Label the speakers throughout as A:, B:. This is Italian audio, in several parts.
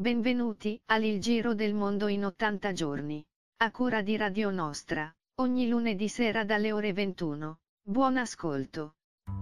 A: Benvenuti al Giro del Mondo in 80 giorni. A cura di Radio Nostra, ogni lunedì sera dalle ore 21. Buon ascolto.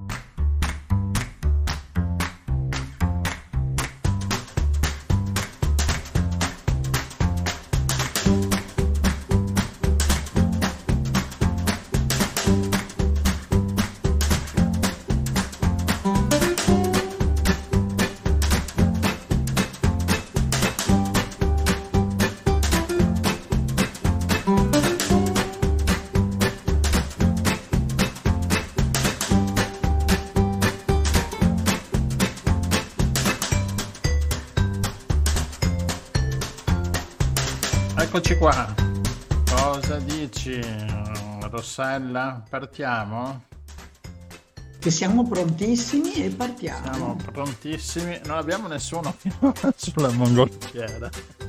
B: Eccoci qua, cosa dici Rossella? Partiamo?
C: Che siamo prontissimi e partiamo.
B: Siamo prontissimi, non abbiamo nessuno finora sulla mongolfiera.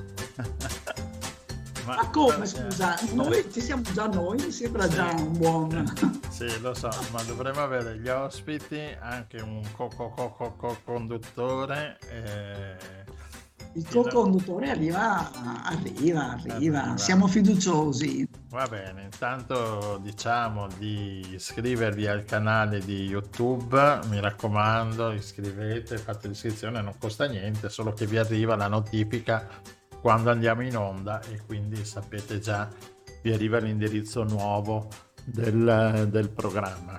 C: Ma come, scusa, noi ci siamo già noi, mi sembra già un buon...
B: Sì, lo so, ma dovremmo avere gli ospiti, anche un co-conduttore.
C: Il co-conduttore arriva, siamo fiduciosi.
B: Va bene, intanto diciamo di iscrivervi al canale di YouTube, mi raccomando, iscrivete, fate l'iscrizione, non costa niente, solo che vi arriva la notifica quando andiamo in onda e quindi sapete già, vi arriva l'indirizzo nuovo del programma.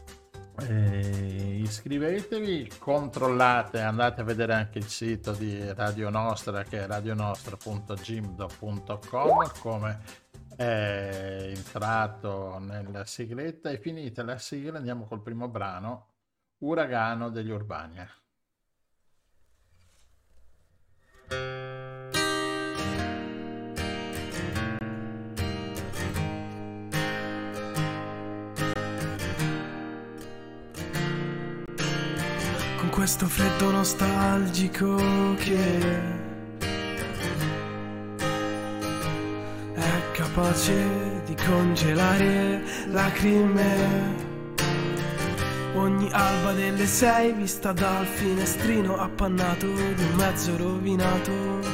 B: Iscrivetevi, controllate, andate a vedere anche il sito di Radio Nostra che è radionostra.gimdo.com, come è entrato nella sigletta, e finita la sigla andiamo col primo brano, Uragano degli Urbania.
D: Questo freddo nostalgico che è capace di congelare lacrime. Ogni alba delle 6 vista dal finestrino appannato di un mezzo rovinato.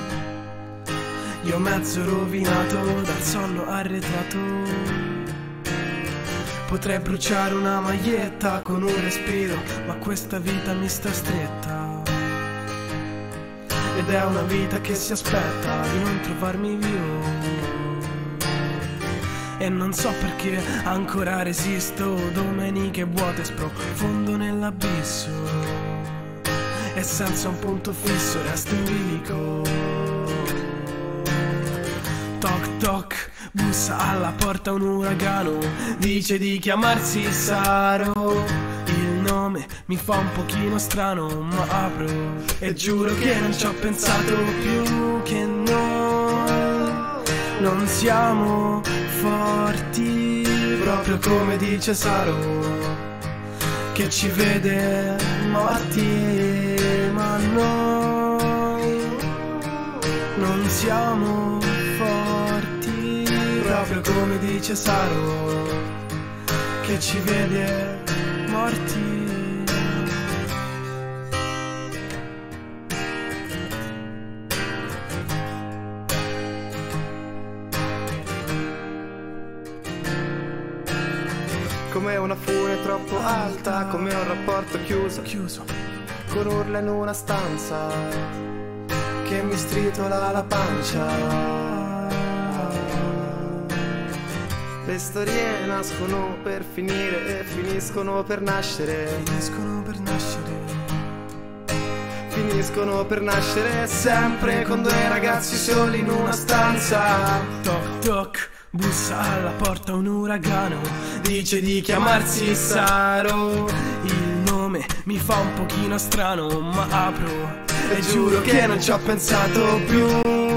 D: Io mezzo rovinato dal sonno arretrato. Potrei bruciare una maglietta con un respiro, ma questa vita mi sta stretta. Ed è una vita che si aspetta di non trovarmi vivo. E non so perché ancora resisto, domeniche vuote sprofondo nell'abisso. E senza un punto fisso resto in bilico. Toc toc. Bussa alla porta un uragano, dice di chiamarsi Saro. Il nome mi fa un pochino strano, ma apro e giuro che non ci ho pensato più. Che noi non siamo forti, proprio come dice Saro, che ci vede morti. Ma noi non siamo forti, proprio come dice Saro, che ci vede morti.
E: Come una fune troppo alta, come un rapporto chiuso, con urla in una stanza che mi stritola la pancia. Le storie nascono per finire e finiscono per nascere. Finiscono per nascere sempre con due ragazzi soli in una stanza.
D: Toc toc, bussa alla porta un uragano, dice di chiamarsi Saro. Il nome mi fa un pochino strano, ma apro e giuro che non ci ho pensato più.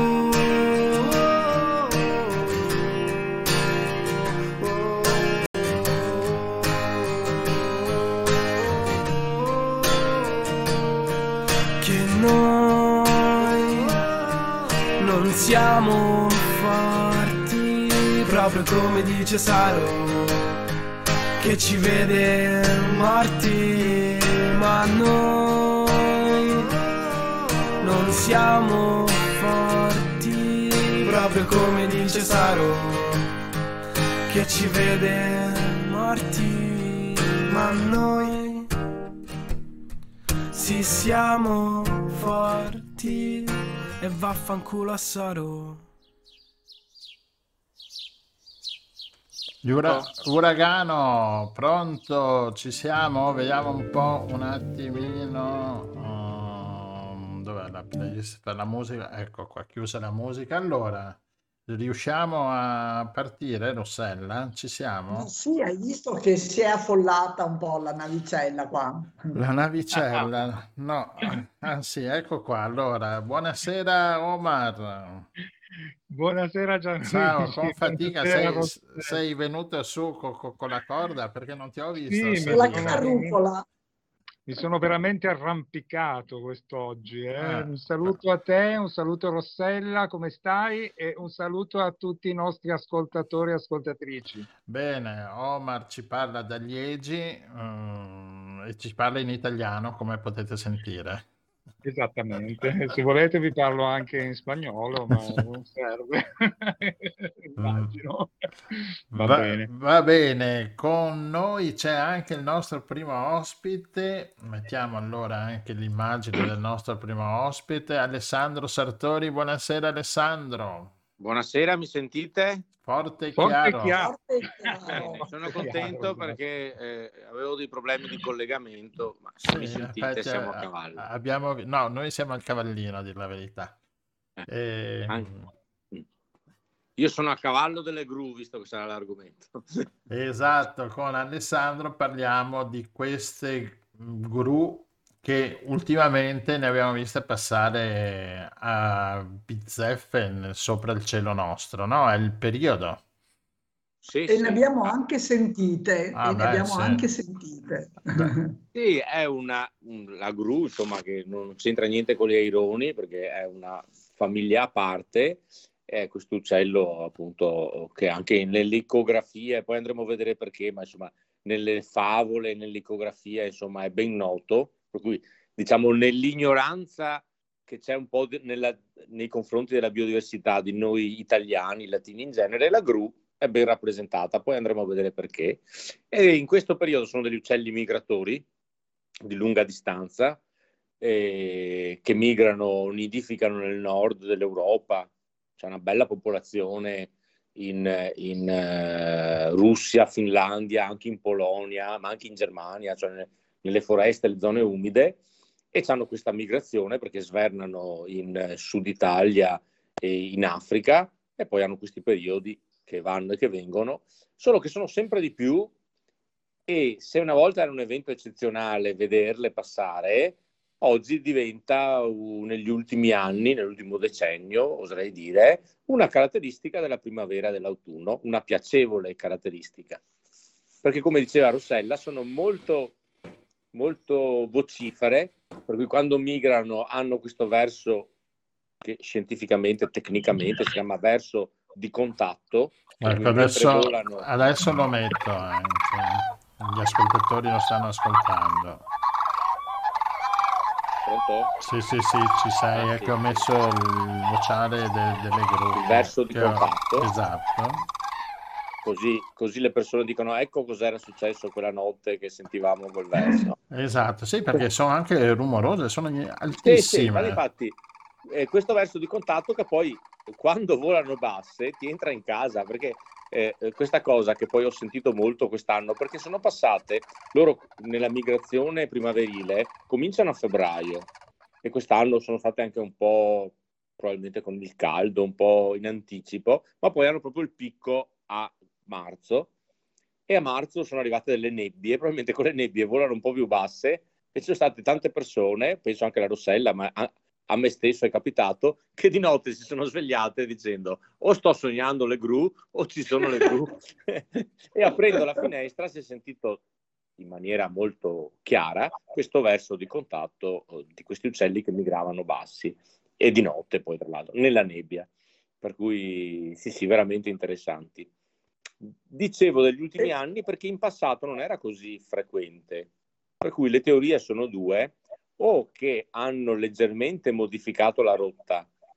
D: Siamo forti, proprio come dice Saro, che ci vede morti. Ma noi non siamo proprio come dice Saro, che ci vede morti, ma noi sì siamo forti e vaffanculo a Saro.
B: Uragano, pronto? Ci siamo? Vediamo un po' un attimino. Dov'è la playlist per la musica? Ecco qua, chiusa la musica. Allora, riusciamo a partire, Rossella? Ci
C: Ma
B: siamo?
C: sì, hai visto che si è affollata un po' la navicella qua.
B: La navicella? No, sì, ecco qua. Allora, buonasera Omar.
F: Buonasera
B: Ciao,
F: Gianluigi,
B: con fatica
F: buonasera
B: sei
F: Rossella.
B: venuto su con la corda perché non ti ho visto
F: Sì,
C: La
B: salire.
C: carrucola.
F: mi sono veramente arrampicato quest'oggi.
B: Ah,
F: Un saluto a te, un saluto a Rossella, come stai? E un saluto a tutti i nostri ascoltatori e ascoltatrici.
B: bene, Omar ci parla da Liegi, e ci parla in italiano, come potete sentire.
F: Esattamente, se volete vi parlo anche in spagnolo, ma non serve,
B: Mm.
F: immagino. Va bene.
B: Va bene, con noi c'è anche il nostro primo ospite. Mettiamo allora anche l'immagine del nostro primo ospite, Alessandro Sartori. Buonasera Alessandro,
G: Buonasera, mi sentite?
B: forte e
F: Forte e
B: chiaro.
F: chiaro.
C: Forte e chiaro.
G: Bene, sono
F: Chiaro,
G: contento
F: esatto.
G: perché avevo dei problemi di collegamento, ma se
B: Sì,
G: mi
B: in
G: sentite
B: effetti
G: siamo a cavallo.
B: no, noi siamo al cavallino, a dir la verità.
G: An- Io sono a cavallo delle gru, visto che sarà l'argomento.
B: Esatto, con Alessandro parliamo di queste gru che ultimamente ne abbiamo viste passare a bizzeffe sopra il cielo nostro, no? È il periodo.
G: Sì,
C: E ne
G: sì.
C: abbiamo anche sentite,
B: Ah,
C: e ne
B: beh,
C: abbiamo
B: sì.
C: anche sentite.
G: Sì, è la gru, insomma, che non c'entra niente con gli aironi, perché è una famiglia a parte. È questo uccello, appunto, che anche nell'icografia, e poi andremo a vedere perché, ma insomma, nelle favole, nell'icografia, insomma, è ben noto. Per cui, diciamo, nell'ignoranza che c'è un po' nei confronti della biodiversità di noi italiani, latini in genere, la gru è ben rappresentata. Poi andremo a vedere perché. E in questo periodo sono degli uccelli migratori di lunga distanza che migrano, nidificano nel nord dell'Europa. C'è una bella popolazione in Russia, Finlandia, anche in Polonia, ma anche in Germania, cioè nelle foreste, le zone umide, e hanno questa migrazione perché svernano in Sud Italia e in Africa, e poi hanno questi periodi che vanno e che vengono, solo che sono sempre di più. E se una volta era un evento eccezionale vederle passare, oggi diventa negli ultimi anni, nell'ultimo decennio, oserei dire, una caratteristica della primavera e dell'autunno, una piacevole caratteristica. Perché, come diceva Rossella, sono molto, molto vocifere, per cui quando migrano hanno questo verso che scientificamente, tecnicamente si chiama verso di contatto. Per
B: Ecco,
G: cui mentre volano...
B: adesso lo metto anche. Gli ascoltatori lo stanno ascoltando.
G: Pronto?
B: Sì, ci sei, è
G: Sì.
B: che ho messo il vociare delle gru.
G: Il verso di contatto.
B: Esatto.
G: Così le persone dicono: ecco cos'era successo quella notte che sentivamo quel verso.
B: Esatto, sì, perché sono anche rumorose, sono
G: Sì,
B: altissime.
G: ma infatti questo verso di contatto che poi quando volano basse ti entra in casa, perché questa cosa che poi ho sentito molto quest'anno, perché sono passate, loro nella migrazione primaverile cominciano a febbraio, e quest'anno sono state anche un po', probabilmente con il caldo, un po' in anticipo, ma poi hanno proprio il picco a marzo, e a marzo sono arrivate delle nebbie, probabilmente con le nebbie volano un po' più basse, e ci sono state tante persone, penso anche la Rossella, ma a me stesso è capitato, che di notte si sono svegliate dicendo: o sto sognando le gru o ci sono le gru. E aprendo la finestra si è sentito in maniera molto chiara questo verso di contatto di questi uccelli che migravano bassi, e di notte poi, tra l'altro, nella nebbia. Per cui sì, veramente interessanti. Dicevo degli ultimi anni perché in passato non era così frequente, per cui le teorie sono due: o che hanno leggermente modificato la rotta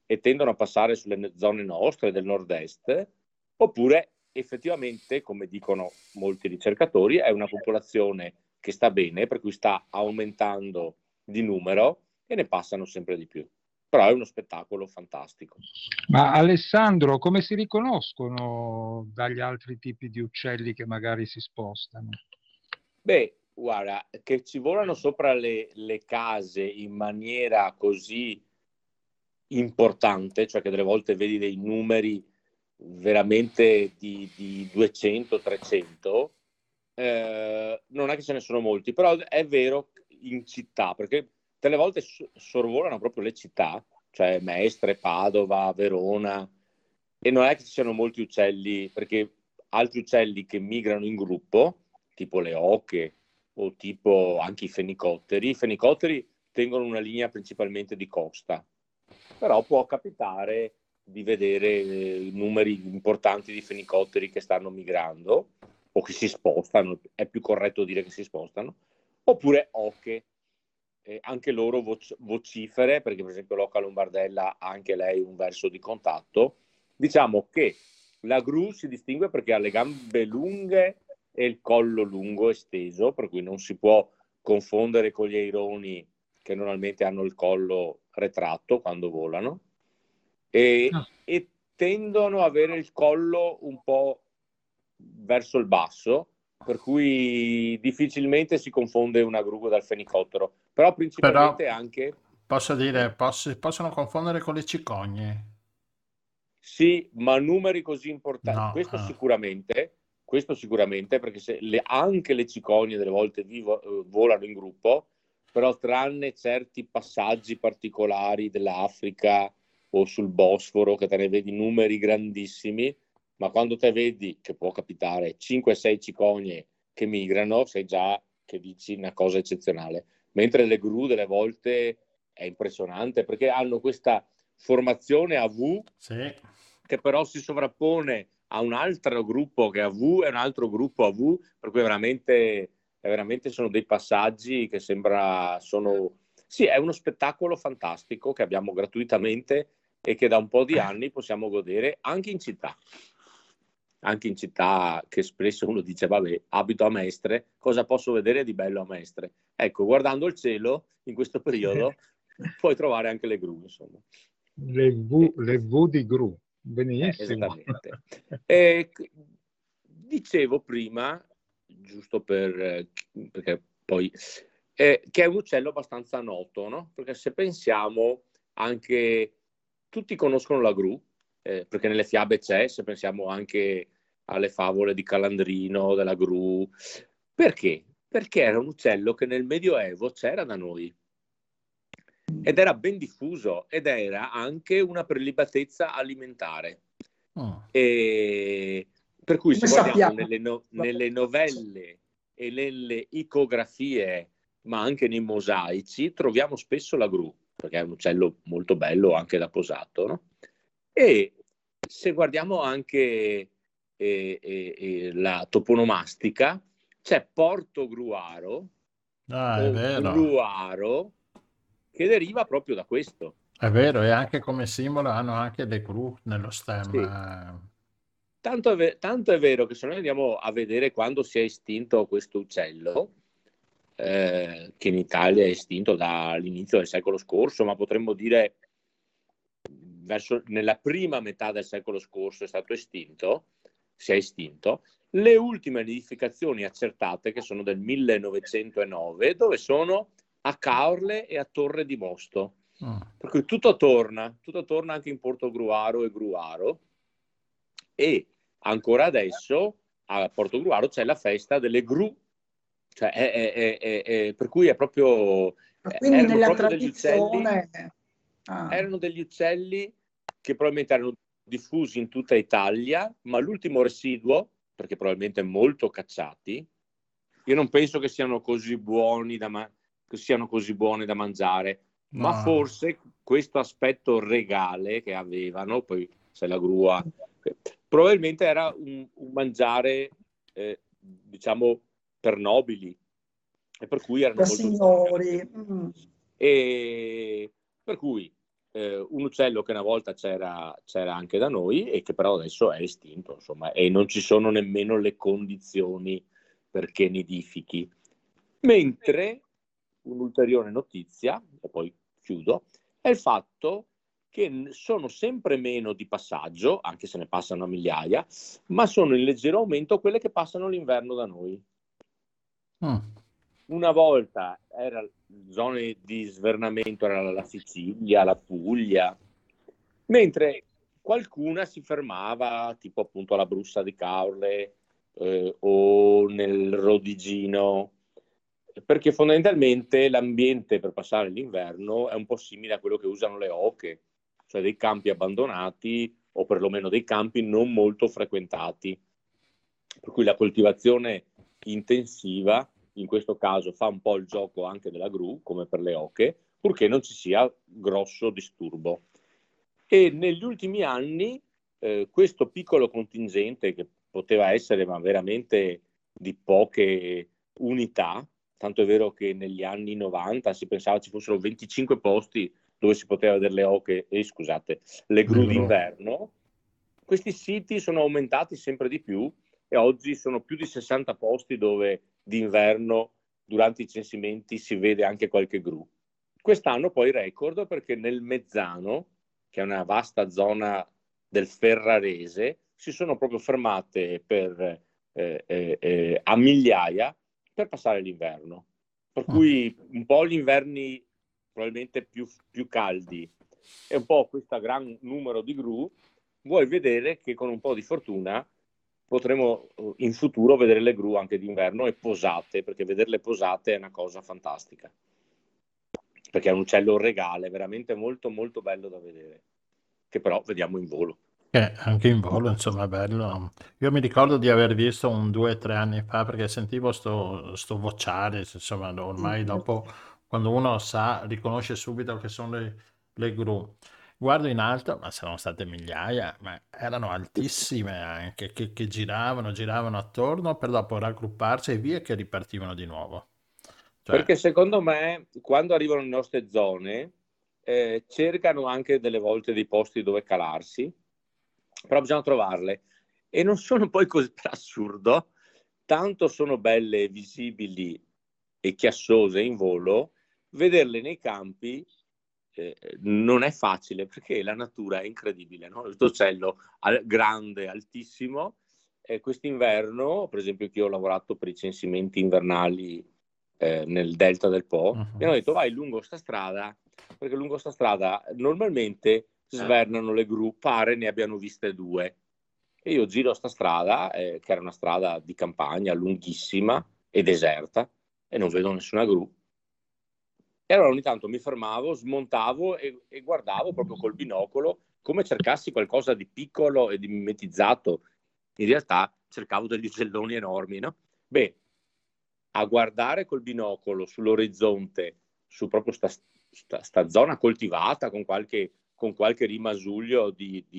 G: e tendono a passare sulle zone nostre del nord-est, oppure effettivamente, come dicono molti ricercatori, è una popolazione che sta bene, per cui sta aumentando di numero e ne passano sempre di più. Però è uno spettacolo fantastico.
F: Ma Alessandro, come si riconoscono dagli altri tipi di uccelli che magari si spostano?
G: Beh, guarda, che ci volano sopra le case in maniera così importante, cioè che delle volte vedi dei numeri veramente di 200, 300, non è che ce ne sono molti, però è vero in città, perché delle volte sorvolano proprio le città, cioè Mestre, Padova, Verona, e non è che ci siano molti uccelli, perché altri uccelli che migrano in gruppo, tipo le oche o tipo anche i fenicotteri tengono una linea principalmente di costa, però può capitare di vedere numeri importanti di fenicotteri che stanno migrando o che si spostano, è più corretto dire che si spostano, oppure oche, anche loro vocifere, perché per esempio l'oca lombardella ha anche lei un verso di contatto. Diciamo che la gru si distingue perché ha le gambe lunghe e il collo lungo esteso, per cui non si può confondere con gli aironi che normalmente hanno il collo retratto quando volano, e tendono ad avere il collo un po' verso il basso, per cui difficilmente si confonde una gru dal fenicottero, però principalmente anche...
B: Posso dire, possono confondere con le cicogne?
G: Sì, ma numeri così importanti,
B: No,
G: questo sicuramente, perché anche le cicogne delle volte volano in gruppo, però tranne certi passaggi particolari dell'Africa o sul Bosforo, che te ne vedi numeri grandissimi, ma quando te vedi, che può capitare, 5-6 cicogne che migrano, sai già che dici una cosa eccezionale. Mentre le gru delle volte è impressionante, perché hanno questa formazione a V,
B: sì,
G: che però si sovrappone a un altro gruppo che è a V e un altro gruppo a V, per cui veramente sono dei passaggi che sì, è uno spettacolo fantastico che abbiamo gratuitamente e che da un po' di anni possiamo godere anche in città. Anche in città, che spesso uno dice, vabbè, abito a Mestre, cosa posso vedere di bello a Mestre? Ecco, guardando il cielo in questo periodo puoi trovare anche le gru, insomma.
F: Le V di gru, benissimo.
G: Esattamente. Dicevo prima, giusto perché poi, che è un uccello abbastanza noto, no? Perché se pensiamo anche, tutti conoscono la gru, perché nelle fiabe c'è, se pensiamo anche alle favole di Calandrino, della gru. Perché? Perché era un uccello che nel Medioevo c'era da noi ed era ben diffuso ed era anche una prelibatezza alimentare. E per cui se guardiamo nelle novelle e nelle icografie, ma anche nei mosaici, troviamo spesso la gru, perché è un uccello molto bello anche da posato, no? E se guardiamo anche la toponomastica, c'è Porto Gruaro
B: è vero.
G: Gruaro, che deriva proprio da questo.
B: È vero, e anche come simbolo hanno anche le gru nello stemma.
G: Sì. Tanto è vero che se noi andiamo a vedere quando si è estinto questo uccello, che in Italia è estinto dall'inizio del secolo scorso, ma potremmo dire nella prima metà del secolo scorso si è estinto. Le ultime nidificazioni accertate, che sono del 1909, dove sono a Caorle e a Torre di Mosto. Per cui tutto torna anche in Porto Gruaro e Gruaro, e ancora adesso a Porto Gruaro c'è la festa delle gru, cioè per cui è proprio...
C: Quindi nella tradizione...
G: Erano degli uccelli che probabilmente erano diffusi in tutta Italia, ma l'ultimo residuo, perché probabilmente molto cacciati, io non penso che siano così buoni da mangiare,
B: No.
G: ma forse questo aspetto regale che avevano, poi c'è la grua, probabilmente era un mangiare, diciamo, per nobili, e per cui erano molto
C: signori.
G: E per cui un uccello che una volta c'era anche da noi e che però adesso è estinto, insomma, e non ci sono nemmeno le condizioni perché nidifichi. Mentre un'ulteriore notizia, e poi chiudo, è il fatto che sono sempre meno di passaggio, anche se ne passano a migliaia, ma sono in leggero aumento quelle che passano l'inverno da noi. Una volta era zone di svernamento, era la Sicilia, la Puglia, mentre qualcuna si fermava tipo appunto alla Brussa di Caorle o nel Rodigino, perché fondamentalmente l'ambiente per passare l'inverno è un po' simile a quello che usano le oche, cioè dei campi abbandonati o perlomeno dei campi non molto frequentati, per cui la coltivazione intensiva in questo caso fa un po' il gioco anche della gru, come per le oche, purché non ci sia grosso disturbo. E negli ultimi anni questo piccolo contingente, che poteva essere ma veramente di poche unità, tanto è vero che negli anni 90 si pensava ci fossero 25 posti dove si poteva vedere le oche, le gru d'inverno. Questi siti sono aumentati sempre di più e oggi sono più di 60 posti dove d'inverno durante i censimenti si vede anche qualche gru. Quest'anno poi record perché nel Mezzano, che è una vasta zona del Ferrarese, si sono proprio fermate a migliaia per passare l'inverno. Per cui un po' gli inverni probabilmente più caldi e un po' questo gran numero di gru, vuoi vedere che con un po' di fortuna potremo in futuro vedere le gru anche d'inverno e posate, perché vederle posate è una cosa fantastica, perché è un uccello regale, veramente molto molto bello da vedere, che però vediamo in volo.
B: Anche in volo, insomma, è bello. Io mi ricordo di aver visto 2 o 3 anni fa, perché sentivo sto vociare, insomma, ormai dopo, quando uno sa, riconosce subito che sono le gru. Guardo in alto, ma sono state migliaia, ma erano altissime anche, che giravano attorno per dopo raggrupparsi e via che ripartivano di nuovo. Cioè,
G: Perché secondo me, quando arrivano in nostre zone, cercano anche delle volte dei posti dove calarsi, però bisogna trovarle. E non sono poi così, per assurdo, tanto sono belle, visibili e chiassose in volo, vederle nei campi non è facile, perché la natura è incredibile, no? Questo uccello grande, altissimo, quest'inverno, per esempio, che io ho lavorato per i censimenti invernali nel delta del Po, mi hanno detto vai lungo sta strada, perché lungo sta strada normalmente svernano le gru, pare ne abbiano viste 2. E io giro sta strada, che era una strada di campagna lunghissima e deserta, e non vedo nessuna gru. E allora ogni tanto mi fermavo, smontavo e guardavo proprio col binocolo, come cercassi qualcosa di piccolo e di mimetizzato. In realtà cercavo degli uccelloni enormi, no? Beh, a guardare col binocolo sull'orizzonte, su proprio sta zona coltivata con qualche rimasuglio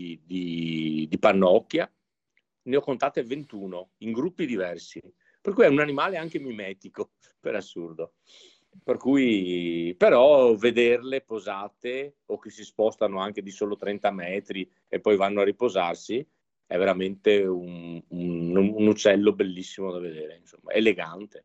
G: di pannocchia, ne ho contate 21 in gruppi diversi, per cui è un animale anche mimetico, per assurdo. Per cui però vederle posate o che si spostano anche di solo 30 metri e poi vanno a riposarsi è veramente un uccello bellissimo da vedere, insomma, elegante.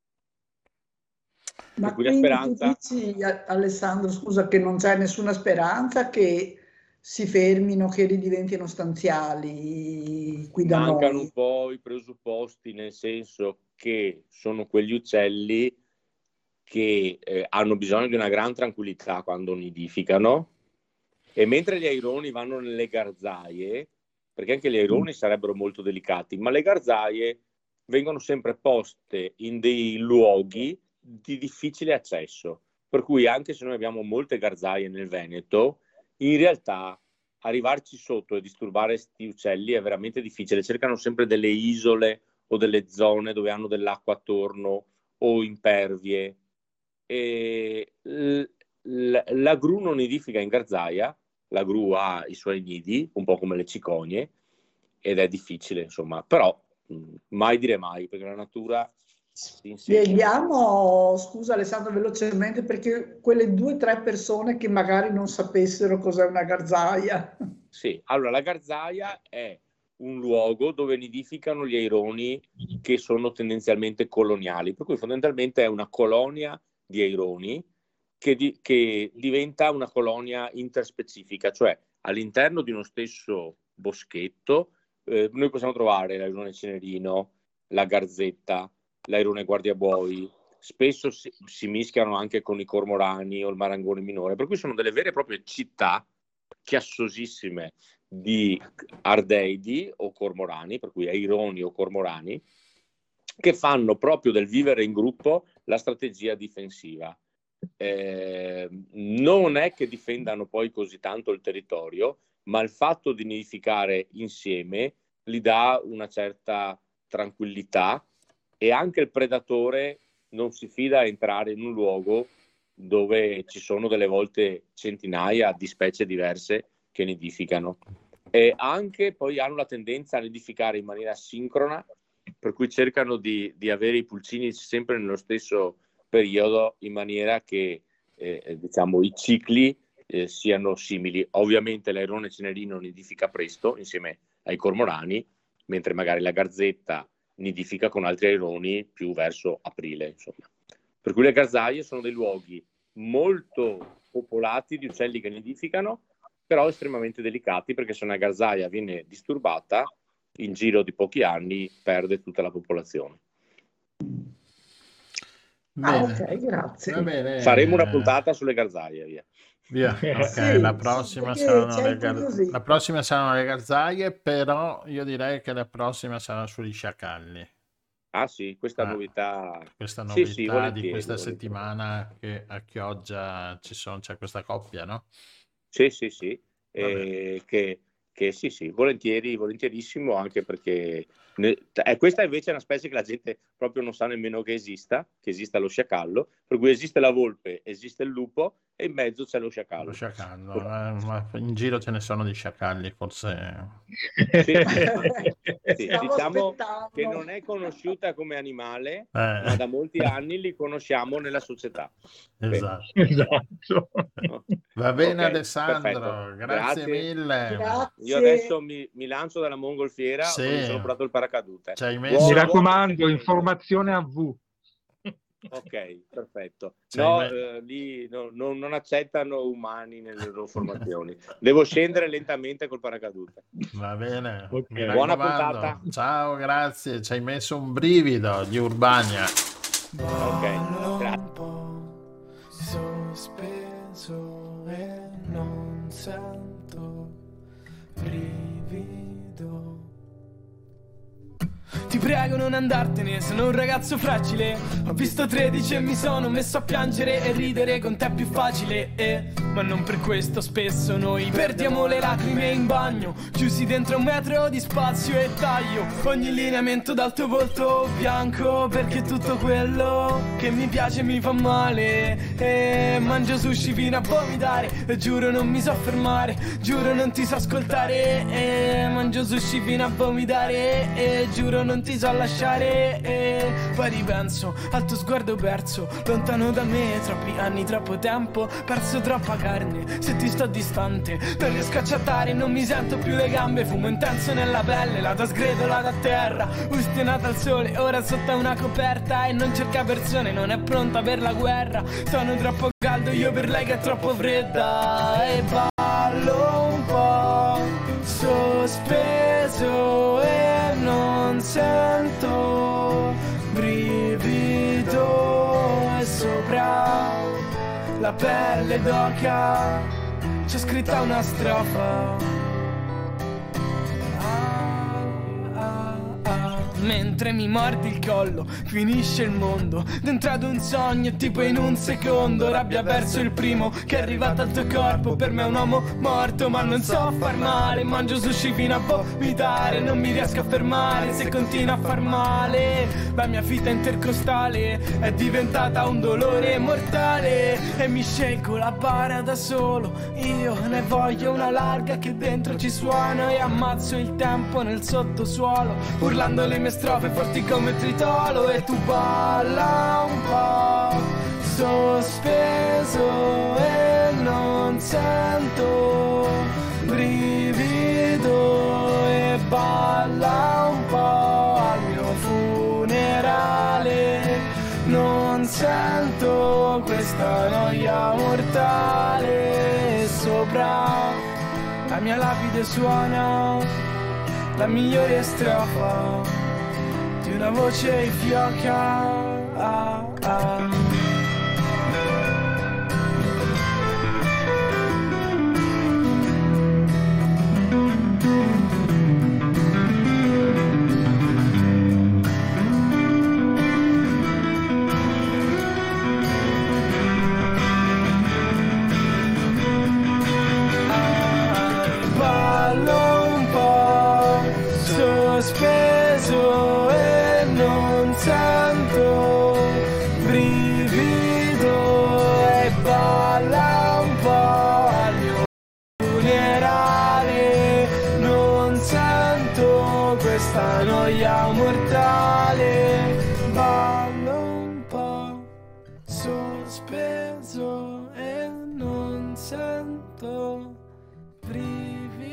C: Ma quindi tu dici, Alessandro, scusa, che non c'è nessuna speranza che si fermino, che ridiventino stanziali qui da noi?
G: Mancano un po' i presupposti, nel senso che sono quegli uccelli che hanno bisogno di una gran tranquillità quando nidificano, e mentre gli aironi vanno nelle garzaie, perché anche gli aironi sarebbero molto delicati, ma le garzaie vengono sempre poste in dei luoghi di difficile accesso, per cui anche se noi abbiamo molte garzaie nel Veneto, in realtà arrivarci sotto e disturbare questi uccelli è veramente difficile. Cercano sempre delle isole o delle zone dove hanno dell'acqua attorno o impervie. E la gru non nidifica in garzaia, la gru ha i suoi nidi, un po' come le cicogne, ed è difficile, insomma, però mai dire mai, perché la natura
C: Spieghiamo, scusa Alessandro, velocemente, perché quelle 2 o 3 persone che magari non sapessero cos'è una garzaia.
G: Sì, allora la garzaia è un luogo dove nidificano gli aironi che sono tendenzialmente coloniali, per cui fondamentalmente è una colonia di aironi che diventa una colonia interspecifica, cioè all'interno di uno stesso boschetto noi possiamo trovare l'airone cenerino, la garzetta, l'airone guardiabuoi, spesso si mischiano anche con i cormorani o il marangone minore, per cui sono delle vere e proprie città chiassosissime di ardeidi o cormorani, per cui aironi o cormorani, che fanno proprio del vivere in gruppo la strategia difensiva. Non è che difendano poi così tanto il territorio, ma il fatto di nidificare insieme gli dà una certa tranquillità, e anche il predatore non si fida a entrare in un luogo dove ci sono delle volte centinaia di specie diverse che nidificano. E anche poi hanno la tendenza a nidificare in maniera sincrona, per cui cercano di avere i pulcini sempre nello stesso periodo, in maniera che diciamo i cicli siano simili. Ovviamente l'airone cenerino nidifica presto insieme ai cormorani, mentre magari la garzetta nidifica con altri aironi più verso aprile, insomma. Per cui le garzaie sono dei luoghi molto popolati di uccelli che nidificano, però estremamente delicati, perché se una garzaia viene disturbata, in giro di pochi anni perde tutta la popolazione.
C: Ok, grazie.
B: Va bene.
G: Faremo una puntata sulle garzaie, via.
B: Ok,
C: Sì,
B: la prossima
C: perché
B: saranno
C: c'è così.
B: la prossima saranno le garzaie, però io direi che la prossima sarà sugli sciacalli.
G: Ah sì, questa novità.
B: Questa
G: Sì,
B: novità
G: sì,
B: di
G: volentieri,
B: questa
G: volentieri.
B: settimana che a Chioggia c'è questa coppia, no?
G: Sì. Che sì, volentierissimo, anche perché questa invece è una specie che la gente proprio non sa nemmeno che esista lo sciacallo, per cui esiste la volpe, esiste il lupo e in mezzo c'è lo sciacallo.
B: Lo sciacallo, ma in giro ce ne sono di sciacalli, forse.
G: Sì,
C: Stavo
G: diciamo
C: aspettando.
G: che non è conosciuta come animale, ma da molti anni li conosciamo nella società.
B: Esatto.
F: Esatto.
B: Va bene,
G: Ok,
B: Alessandro,
G: perfetto.
B: grazie mille.
C: Grazie.
G: Io adesso mi lancio dalla mongolfiera,
B: Sì.
G: mi sono portato il paracadute.
B: Ci hai
F: Mi
B: messo-
F: raccomando, informazione a V.
G: Ok, perfetto.
B: Cioè,
G: No,
B: beh.
G: lì non accettano umani nelle loro formazioni. Devo scendere lentamente col paracadute.
B: Va bene,
F: Ok.
B: mi
G: Buona
B: raccomando.
G: puntata.
B: Ciao, grazie. Ci hai messo un brivido di Urbania.
G: Ok, grazie.
D: Un po' sospeso e non sento brivido. Ti prego non andartene, sono un ragazzo fragile. Ho visto 13 e mi sono messo a piangere, e ridere con te è più facile, ma non per questo spesso noi perdiamo le lacrime in bagno, chiusi dentro 1 metro di spazio, e taglio ogni lineamento dal tuo volto bianco, perché tutto quello che mi piace mi fa male, e mangio sushi fino a vomitare, e giuro non mi so fermare, giuro non ti so ascoltare, e mangio sushi fino a vomitare, e giuro non ti so lasciare, e poi ripenso al tuo sguardo perso, lontano da me, troppi anni, troppo tempo, perso troppa carne, se ti sto distante non riesco a chattare, non mi sento più le gambe, fumo intenso nella pelle, la tua sgretolata a terra, ustionata al sole, ora sotto una coperta, e non cerca persone, non è pronta per la guerra, sono troppo caldo io per lei che è troppo fredda, e ballo un po' sospeso e non sento brivido, e sopra la pelle d'oca c'è scritta una strofa. Mentre mi mordi il collo, finisce il mondo dentro ad un sogno, tipo in un secondo. Rabbia verso il primo che è arrivato al tuo corpo, per me è un uomo morto, ma non so far male. Mangio sushi fino a vomitare, non mi riesco a fermare, se continua a far male. La mia vita intercostale è diventata un dolore mortale, e mi scelgo la bara da solo, io ne voglio una larga che dentro ci suona, e ammazzo il tempo nel sottosuolo, urlando le mie strofe forti come tritolo e tu balla un po' sospeso e non sento brivido e balla un po' al mio funerale, non sento questa noia mortale. Sopra la mia lapide suona la migliore strofa di una voce fioca. Sospeso e non sento brivido e balla un po' al mio funerale, non sento questa noia mortale, ballo un po' sospeso e non sento brivido.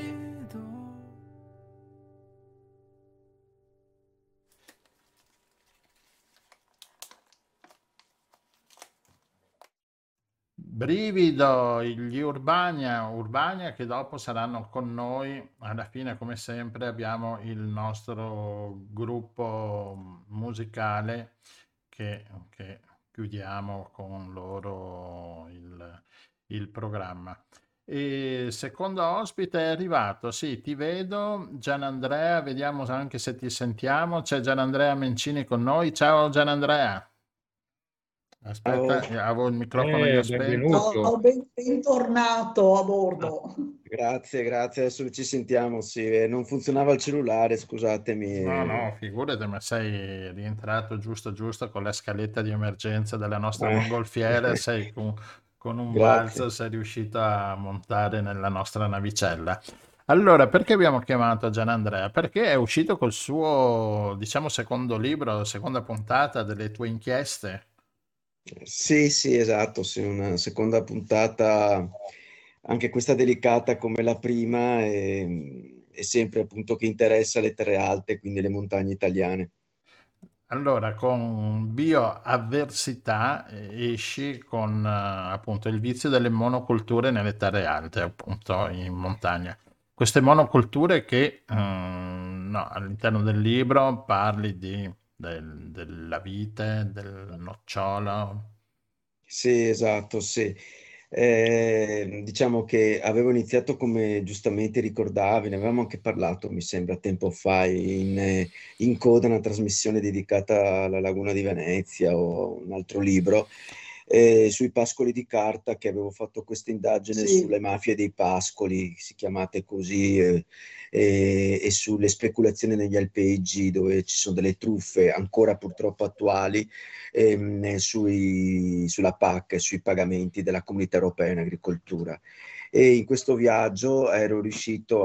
B: Brivido, gli Urbania che dopo saranno con noi. Alla fine, come sempre, abbiamo il nostro gruppo musicale che chiudiamo con loro il programma. E secondo ospite è arrivato, sì, ti vedo, Gianandrea, vediamo anche se ti sentiamo. C'è Gianandrea Mencini con noi. Ciao Gianandrea. Aspetta, avevo il microfono io spento.
F: Benvenuto.
C: Ciao, bentornato a bordo.
H: Grazie, adesso ci sentiamo, sì, non funzionava il cellulare, scusatemi.
B: No, figurati, ma sei rientrato giusto con la scaletta di emergenza della nostra mongolfiera, sei con un balzo sei riuscito a montare nella nostra navicella. Allora, perché abbiamo chiamato Gianandrea? Perché è uscito col suo, diciamo, secondo libro, seconda puntata delle tue inchieste.
H: Sì, esatto, sì, una seconda puntata, anche questa delicata come la prima, e sempre appunto che interessa le terre alte, quindi le montagne italiane.
B: Allora, con Bioavversità esci con appunto il vizio delle monoculture nelle terre alte, appunto in montagna. Queste monoculture che no, all'interno del libro parli della vite, del nocciolo.
H: Sì, esatto, sì. Diciamo che avevo iniziato, come giustamente ricordavi, ne avevamo anche parlato, mi sembra, tempo fa, in coda, una trasmissione dedicata alla Laguna di Venezia o un altro libro, sui pascoli di carta, che avevo fatto questa indagine sulle mafie dei pascoli, si chiamate così, e sulle speculazioni negli alpeggi, dove ci sono delle truffe ancora purtroppo attuali, sulla PAC e sui pagamenti della Comunità Europea in agricoltura. E in questo viaggio ero riuscito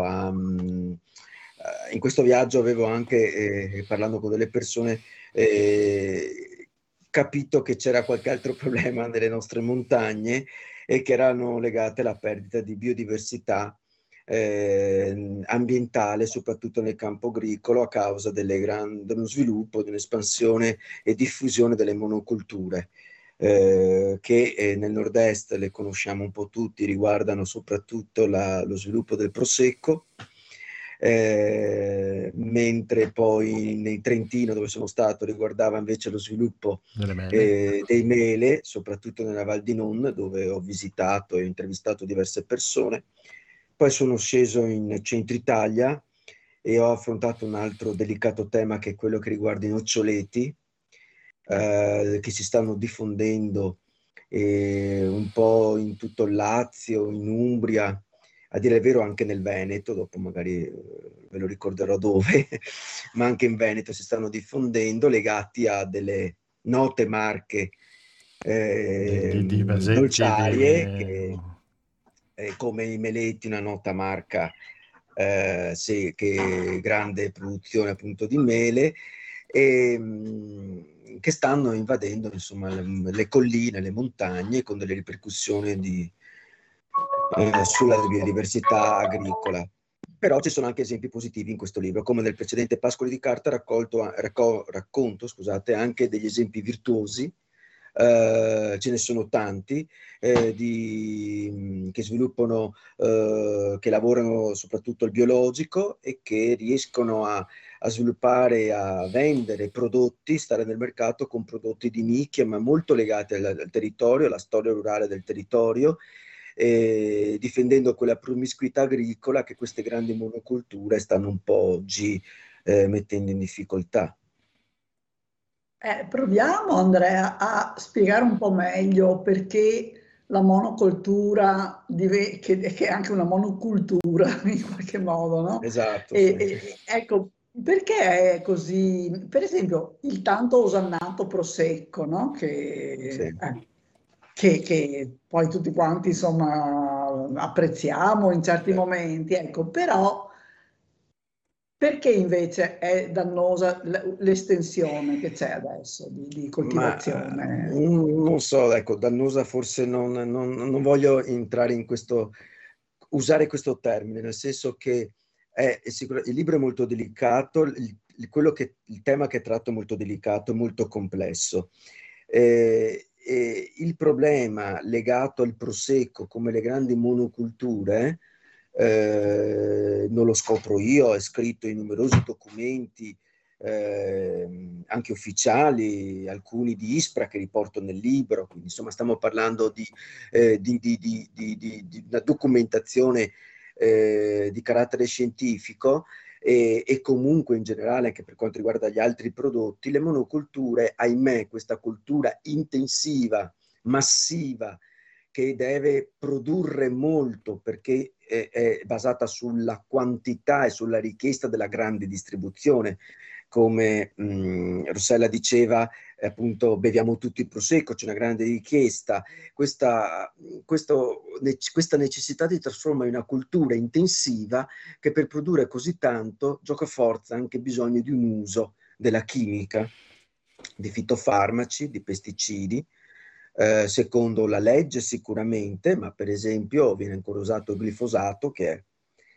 H: in questo viaggio avevo anche, parlando con delle persone, capito che c'era qualche altro problema nelle nostre montagne, e che erano legate alla perdita di biodiversità ambientale, soprattutto nel campo agricolo, a causa dello sviluppo, dell'espansione e diffusione delle monoculture, che nel nord-est le conosciamo un po' tutti, riguardano soprattutto lo sviluppo del prosecco, mentre poi nel Trentino, dove sono stato, riguardava invece lo sviluppo dei mele, soprattutto nella Val di Non, dove ho visitato e intervistato diverse persone. Poi sono sceso in centro Italia e ho affrontato un altro delicato tema, che è quello che riguarda i noccioleti, che si stanno diffondendo un po' in tutto il Lazio, in Umbria, a dire il vero anche nel Veneto, dopo magari ve lo ricorderò dove, ma anche in Veneto si stanno diffondendo, legati a delle note marche dolciarie, come i Meletti, una nota marca che grande produzione appunto di mele, che stanno invadendo insomma le colline, le montagne, con delle ripercussioni sulla biodiversità agricola. Però ci sono anche esempi positivi in questo libro, come nel precedente Pascoli di carta racconto anche degli esempi virtuosi. Ce ne sono tanti che sviluppano, che lavorano soprattutto il biologico e che riescono a sviluppare, a vendere prodotti, stare nel mercato con prodotti di nicchia, ma molto legati al territorio, alla storia rurale del territorio, difendendo quella promiscuità agricola che queste grandi monoculture stanno un po' oggi mettendo in difficoltà.
C: Proviamo, Andrea, a spiegare un po' meglio perché la monocoltura, che è anche una monocultura in qualche modo, no?
H: Esatto.
C: Ecco, perché è così? Per esempio, il tanto osannato Prosecco, no? Che poi tutti quanti, insomma, apprezziamo in certi momenti, ecco, però perché invece è dannosa l'estensione che c'è adesso di coltivazione?
H: Non so, ecco, dannosa forse non voglio entrare in questo, usare questo termine, nel senso che il libro è molto delicato, il tema che tratto è molto delicato, è molto complesso. Il problema legato al prosecco, come le grandi monoculture, non lo scopro io, è scritto in numerosi documenti anche ufficiali, alcuni di ISPRA che riporto nel libro, quindi insomma stiamo parlando di una documentazione di carattere scientifico. E comunque in generale anche per quanto riguarda gli altri prodotti, le monoculture, ahimè, questa cultura intensiva, massiva, che deve produrre molto perché è basata sulla quantità e sulla richiesta della grande distribuzione. Come Rossella diceva, appunto, beviamo tutti il prosecco, c'è una grande richiesta. Questa necessità di trasformare in una cultura intensiva che per produrre così tanto gioca forza anche bisogno di un uso della chimica, di fitofarmaci, di pesticidi, secondo la legge sicuramente, ma per esempio viene ancora usato il glifosato che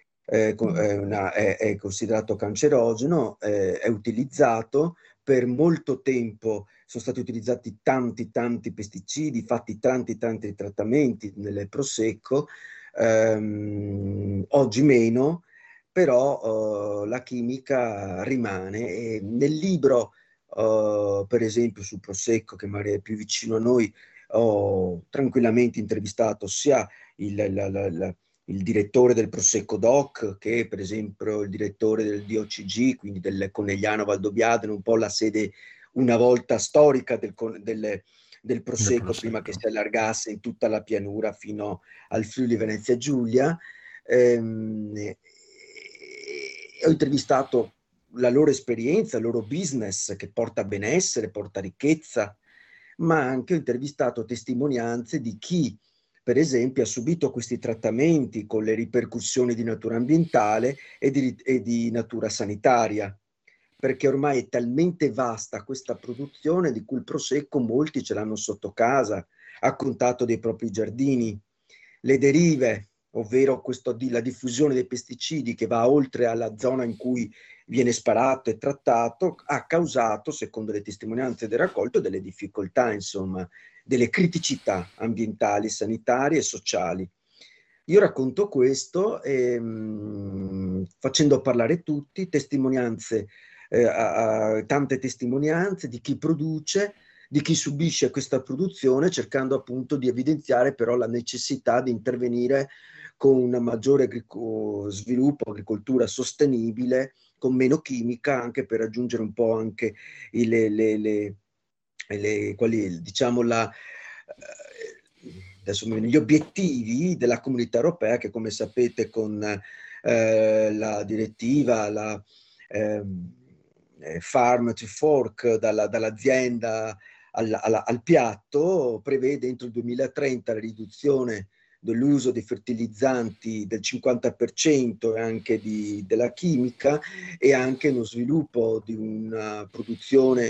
H: è considerato cancerogeno, è utilizzato per molto tempo, sono stati utilizzati tanti pesticidi, fatti tanti trattamenti nel prosecco, oggi meno, però la chimica rimane. E nel libro, per esempio sul prosecco, che magari è più vicino a noi, ho tranquillamente intervistato sia il direttore del Prosecco Doc, che per esempio il direttore del DOCG, quindi del Conegliano Valdobbiadene, un po' la sede una volta storica del Prosecco, prima che si allargasse in tutta la pianura fino al Friuli Venezia Giulia. Ho intervistato la loro esperienza, il loro business che porta benessere, porta ricchezza, ma anche ho intervistato testimonianze di chi, per esempio, ha subito questi trattamenti con le ripercussioni di natura ambientale e di natura sanitaria, perché ormai è talmente vasta questa produzione di cui il prosecco molti ce l'hanno sotto casa, a contatto dei propri giardini. Le derive, ovvero la diffusione dei pesticidi che va oltre alla zona in cui viene sparato e trattato, ha causato, secondo le testimonianze del raccolto, delle difficoltà, insomma, delle criticità ambientali, sanitarie e sociali. Io racconto questo facendo parlare tutti, testimonianze, tante testimonianze di chi produce, di chi subisce questa produzione, cercando appunto di evidenziare però la necessità di intervenire con un maggiore sviluppo, agricoltura sostenibile, con meno chimica, anche per raggiungere un po' anche diciamo gli obiettivi della Comunità Europea, che come sapete con la direttiva, Farm to Fork, dall'azienda al piatto, prevede entro il 2030 la riduzione dell'uso dei fertilizzanti del 50% e anche della chimica, e anche uno sviluppo di una produzione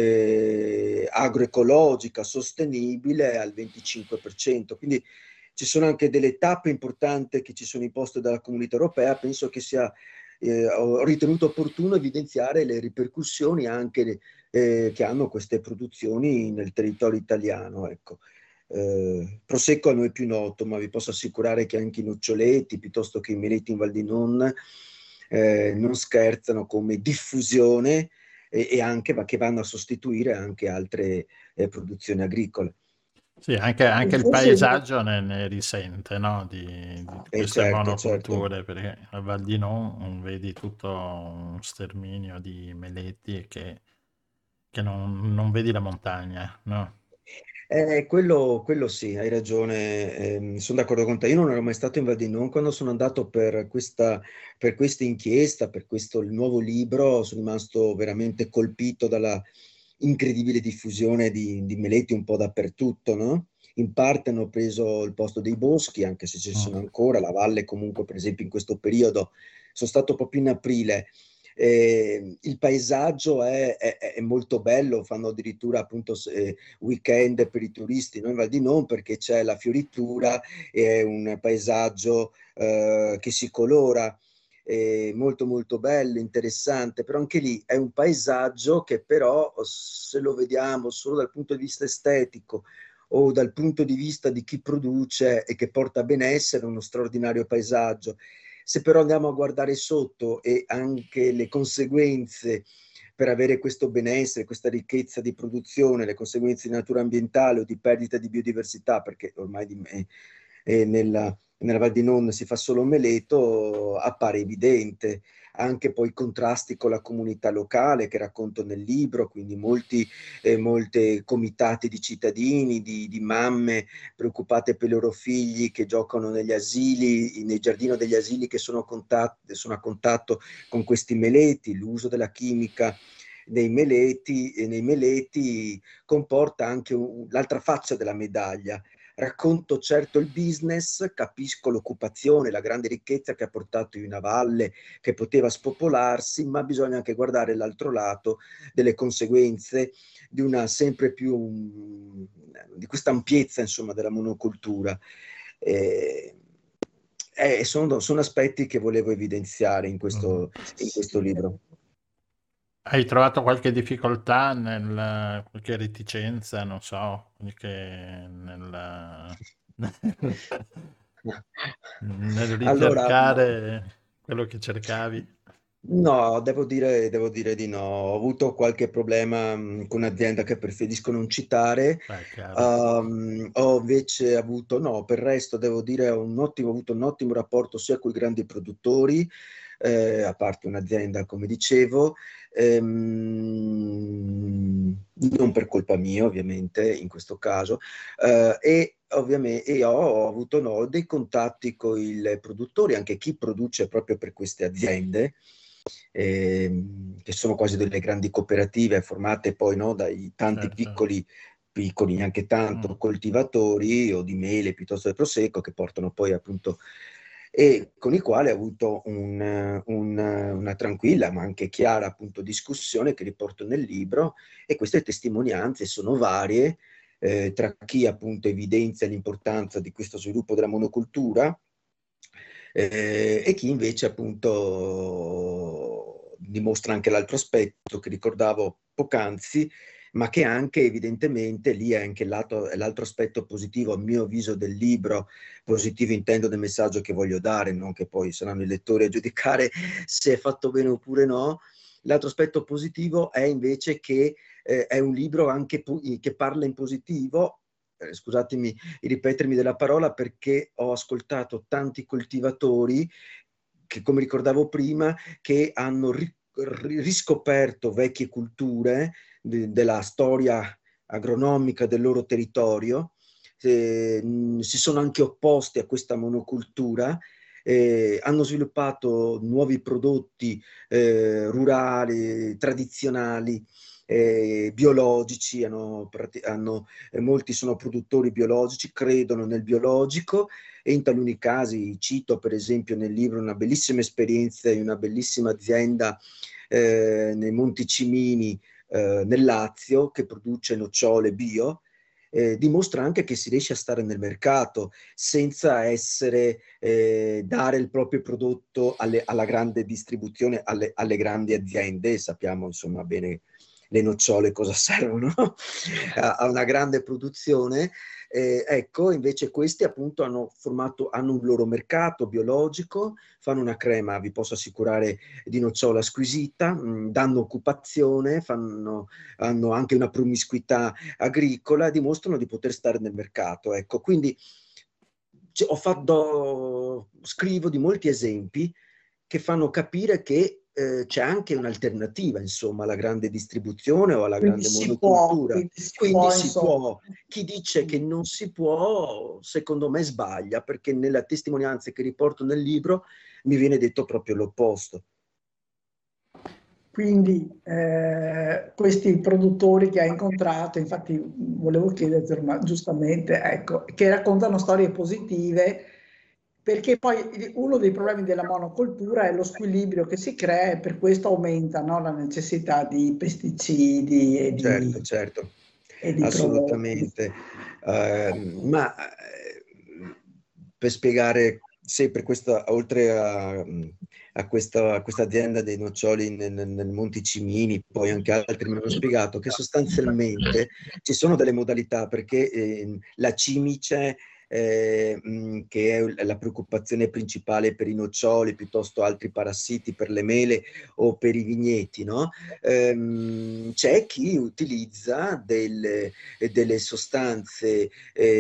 H: agroecologica sostenibile al 25%. Quindi ci sono anche delle tappe importanti che ci sono imposte dalla Comunità Europea. Penso che ho ritenuto opportuno evidenziare le ripercussioni anche che hanno queste produzioni nel territorio italiano. Ecco. Prosecco a noi è più noto, ma vi posso assicurare che anche i noccioletti, piuttosto che i meleti in Val di Non, non scherzano come diffusione e anche che vanno a sostituire anche altre produzioni agricole.
B: Sì, anche il
C: Forse
B: paesaggio ne risente, no? Di queste
H: certo,
B: monoculture, perché a Val di Non vedi tutto un sterminio di meleti che non vedi la montagna, no?
H: Quello sì, hai ragione, sono d'accordo con te. Io non ero mai stato in Val di Non. Quando sono andato per questa inchiesta, per questo il nuovo libro, sono rimasto veramente colpito dalla incredibile diffusione di meleti un po' dappertutto, no? In parte hanno preso il posto dei boschi, anche se ci sono ancora, la valle comunque, per esempio in questo periodo, sono stato proprio in aprile. Il paesaggio è molto bello, fanno addirittura appunto weekend per i turisti, noi in Val di Non, perché c'è la fioritura e è un paesaggio che si colora, molto molto bello, interessante, però anche lì è un paesaggio che però, se lo vediamo solo dal punto di vista estetico o dal punto di vista di chi produce e che porta benessere, è uno straordinario paesaggio. Se però andiamo a guardare sotto e anche le conseguenze per avere questo benessere, questa ricchezza di produzione, le conseguenze di natura ambientale o di perdita di biodiversità, perché ormai nella Val di Non si fa solo meleto, appare evidente. Anche poi i contrasti con la comunità locale che racconto nel libro, quindi molti comitati di cittadini, di mamme preoccupate per i loro figli che giocano negli asili, nei giardini degli asili, che sono a contatto con questi meleti. L'uso della chimica nei meleti comporta anche l'altra faccia della medaglia. Racconto certo il business, capisco l'occupazione, la grande ricchezza che ha portato in una valle che poteva spopolarsi, ma bisogna anche guardare l'altro lato delle conseguenze di una sempre più di questa ampiezza, insomma, della monocultura. Sono aspetti che volevo evidenziare in questo libro.
B: Hai trovato qualche difficoltà qualche reticenza, non so, nel ricercare quello che cercavi?
H: No, devo dire di no. Ho avuto qualche problema con un'azienda che preferisco non citare. Ho invece avuto, no, per il resto devo dire ho avuto un ottimo rapporto sia con i grandi produttori, a parte un'azienda, come dicevo, non per colpa mia ovviamente in questo caso, e ovviamente ho avuto dei contatti con i produttori, anche chi produce proprio per queste aziende, che sono quasi delle grandi cooperative formate poi dai tanti piccoli, neanche tanto, coltivatori o di mele piuttosto che prosecco, che portano poi appunto, e con i quali ho avuto una tranquilla ma anche chiara appunto discussione che riporto nel libro, e queste testimonianze sono varie, tra chi appunto evidenzia l'importanza di questo sviluppo della monocultura, e chi invece appunto dimostra anche l'altro aspetto che ricordavo poc'anzi, ma che anche evidentemente lì è anche l'altro aspetto positivo, a mio avviso, del libro. Positivo intendo del messaggio che voglio dare, non che poi saranno i lettori a giudicare se è fatto bene oppure no. L'altro aspetto positivo è invece che è un libro anche che parla in positivo. Scusatemi di ripetermi della parola, perché ho ascoltato tanti coltivatori che, come ricordavo prima, che hanno riscoperto vecchie culture della storia agronomica del loro territorio, si sono anche opposti a questa monocultura, hanno sviluppato nuovi prodotti rurali, tradizionali, biologici, molti sono produttori biologici, credono nel biologico, e in taluni casi cito per esempio nel libro una bellissima esperienza di una bellissima azienda nei Monti Cimini, nel Lazio, che produce nocciole bio. Dimostra anche che si riesce a stare nel mercato senza dare il proprio prodotto alla grande distribuzione, alle grandi aziende. Sappiamo insomma bene le nocciole cosa servono a una grande produzione. Ecco, invece questi appunto hanno un loro mercato biologico, fanno una crema, vi posso assicurare, di nocciola squisita, danno occupazione, hanno anche una promiscuità agricola, dimostrano di poter stare nel mercato. Ecco, quindi scrivo di molti esempi che fanno capire che c'è anche un'alternativa, insomma, alla grande distribuzione o alla grande monocultura. Quindi si può. Chi dice che non si può, secondo me sbaglia, perché nelle testimonianze che riporto nel libro mi viene detto proprio l'opposto.
C: Quindi questi produttori che hai incontrato, infatti volevo chiederti, ma giustamente, ecco, che raccontano storie positive, perché poi uno dei problemi della monocoltura è lo squilibrio che si crea, e per questo aumenta, no, la necessità di pesticidi e di...
H: Certo,
C: e di
H: assolutamente. Ma per spiegare sempre questa, oltre a questa azienda dei noccioli nel Monti Cimini, poi anche altri mi hanno spiegato che sostanzialmente ci sono delle modalità, perché la cimice, che è la preoccupazione principale per i noccioli, piuttosto altri parassiti per le mele o per i vigneti, no? C'è chi utilizza delle sostanze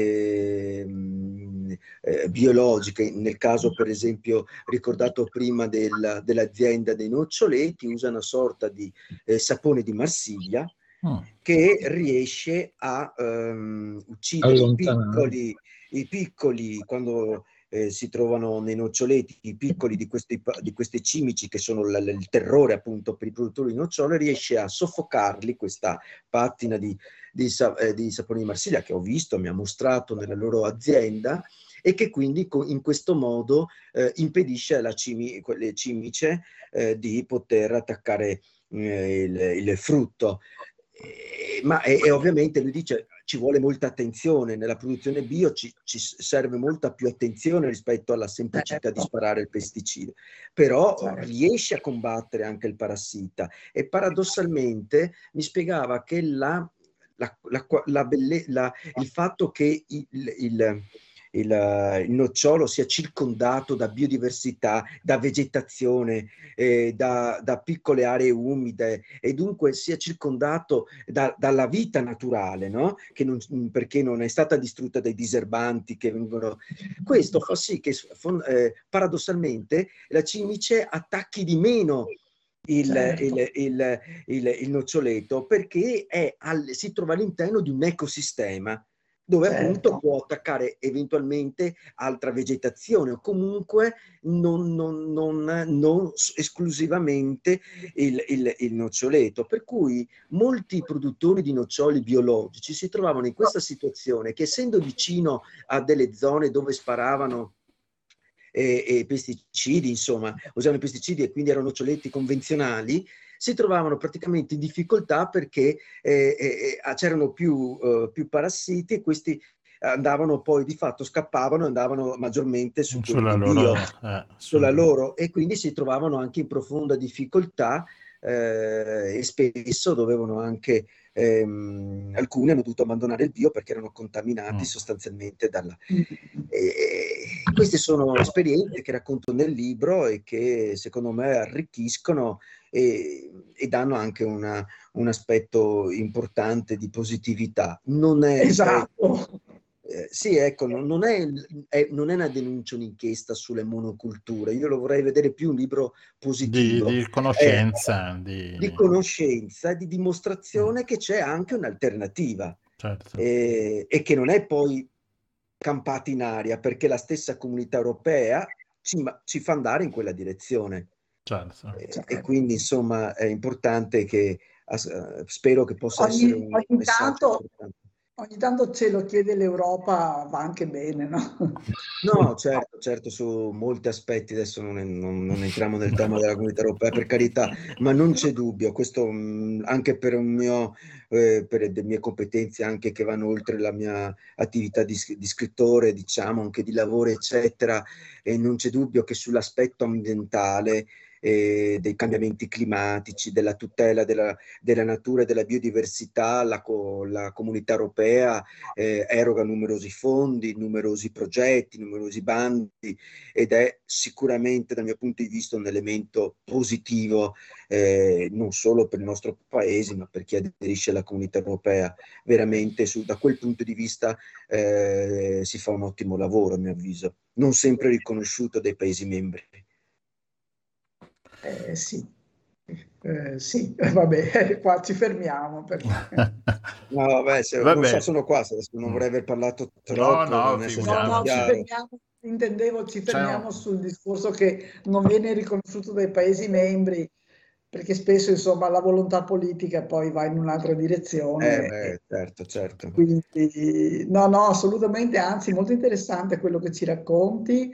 H: biologiche. Nel caso per esempio ricordato prima dell'azienda dei noccioleti, usa una sorta di sapone di Marsiglia che riesce a uccidere i piccoli quando si trovano nei noccioleti, i piccoli di queste cimici, che sono il terrore appunto per i produttori di nocciole. Riesce a soffocarli, questa pattina di sapone di Marsiglia che ho visto, mi ha mostrato nella loro azienda, e che quindi in questo modo impedisce alle cimice di poter attaccare il frutto. Ma ovviamente lui dice ci vuole molta attenzione, nella produzione bio ci serve molta più attenzione rispetto alla semplicità di sparare il pesticida, però riesce a combattere anche il parassita. E paradossalmente mi spiegava che il fatto che il nocciolo sia circondato da biodiversità, da vegetazione, da piccole aree umide, e dunque sia circondato dalla vita naturale, no? Perché non è stata distrutta dai diserbanti che vengono... Questo fa sì che paradossalmente la cimice attacchi di meno il noccioleto, perché si trova all'interno di un ecosistema dove appunto può attaccare eventualmente altra vegetazione, o comunque non esclusivamente il noccioleto. Per cui molti produttori di noccioli biologici si trovavano in questa situazione, che essendo vicino a delle zone dove sparavano pesticidi, insomma, usavano i pesticidi e quindi erano noccioletti convenzionali, si trovavano praticamente in difficoltà perché c'erano più parassiti, e questi andavano poi di fatto, scappavano e andavano maggiormente sulla loro, e quindi si trovavano anche in profonda difficoltà, e spesso dovevano anche alcuni hanno dovuto abbandonare il bio perché erano contaminati sostanzialmente queste sono esperienze che racconto nel libro e che secondo me arricchiscono e danno anche un aspetto importante di positività. Non è,
C: esatto.
H: Sì, ecco, non è una denuncia, un'inchiesta sulle monoculture. Io lo vorrei vedere più un libro positivo.
B: Di conoscenza.
H: Di conoscenza, di dimostrazione che c'è anche un'alternativa.
B: Certo.
H: E che non è poi campata in aria, perché la stessa Comunità Europea ci fa andare in quella direzione.
B: Certo.
H: E quindi insomma è importante che spero che possa essere un messaggio importante.
C: Ogni tanto ce lo chiede l'Europa, va anche bene, no?
H: No, certo, su molti aspetti, adesso non entriamo nel tema della comunità europea, per carità, ma non c'è dubbio, questo anche per per le mie competenze, anche che vanno oltre la mia attività di scrittore, diciamo, anche di lavoro, eccetera, e non c'è dubbio che sull'aspetto ambientale, dei cambiamenti climatici, della tutela della natura e della biodiversità, la comunità europea eroga numerosi fondi, numerosi progetti, numerosi bandi, ed è sicuramente dal mio punto di vista un elemento positivo, non solo per il nostro paese, ma per chi aderisce alla comunità europea. Veramente da quel punto di vista si fa un ottimo lavoro, a mio avviso, non sempre riconosciuto dai Paesi membri.
C: Sì. Sì, vabbè, qua ci fermiamo perché...
H: No, vabbè, non so, sono qua, non vorrei aver parlato troppo, non essere stato chiaro.
C: Ci fermiamo sul discorso che non viene riconosciuto dai Paesi membri, perché spesso insomma la volontà politica poi va in un'altra direzione.
H: Certo.
C: Quindi, no, assolutamente, anzi molto interessante quello che ci racconti.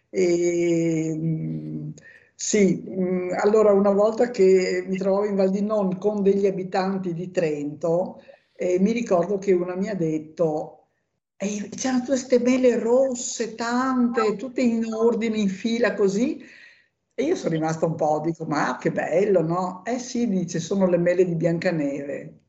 C: Sì, allora una volta che mi trovavo in Val di Non con degli abitanti di Trento, mi ricordo che una mi ha detto, c'erano tutte queste mele rosse, tante, tutte in ordine, in fila così, e io sono rimasta un po', dico, ma che bello, no? Eh sì, dice, sono le mele di Biancaneve.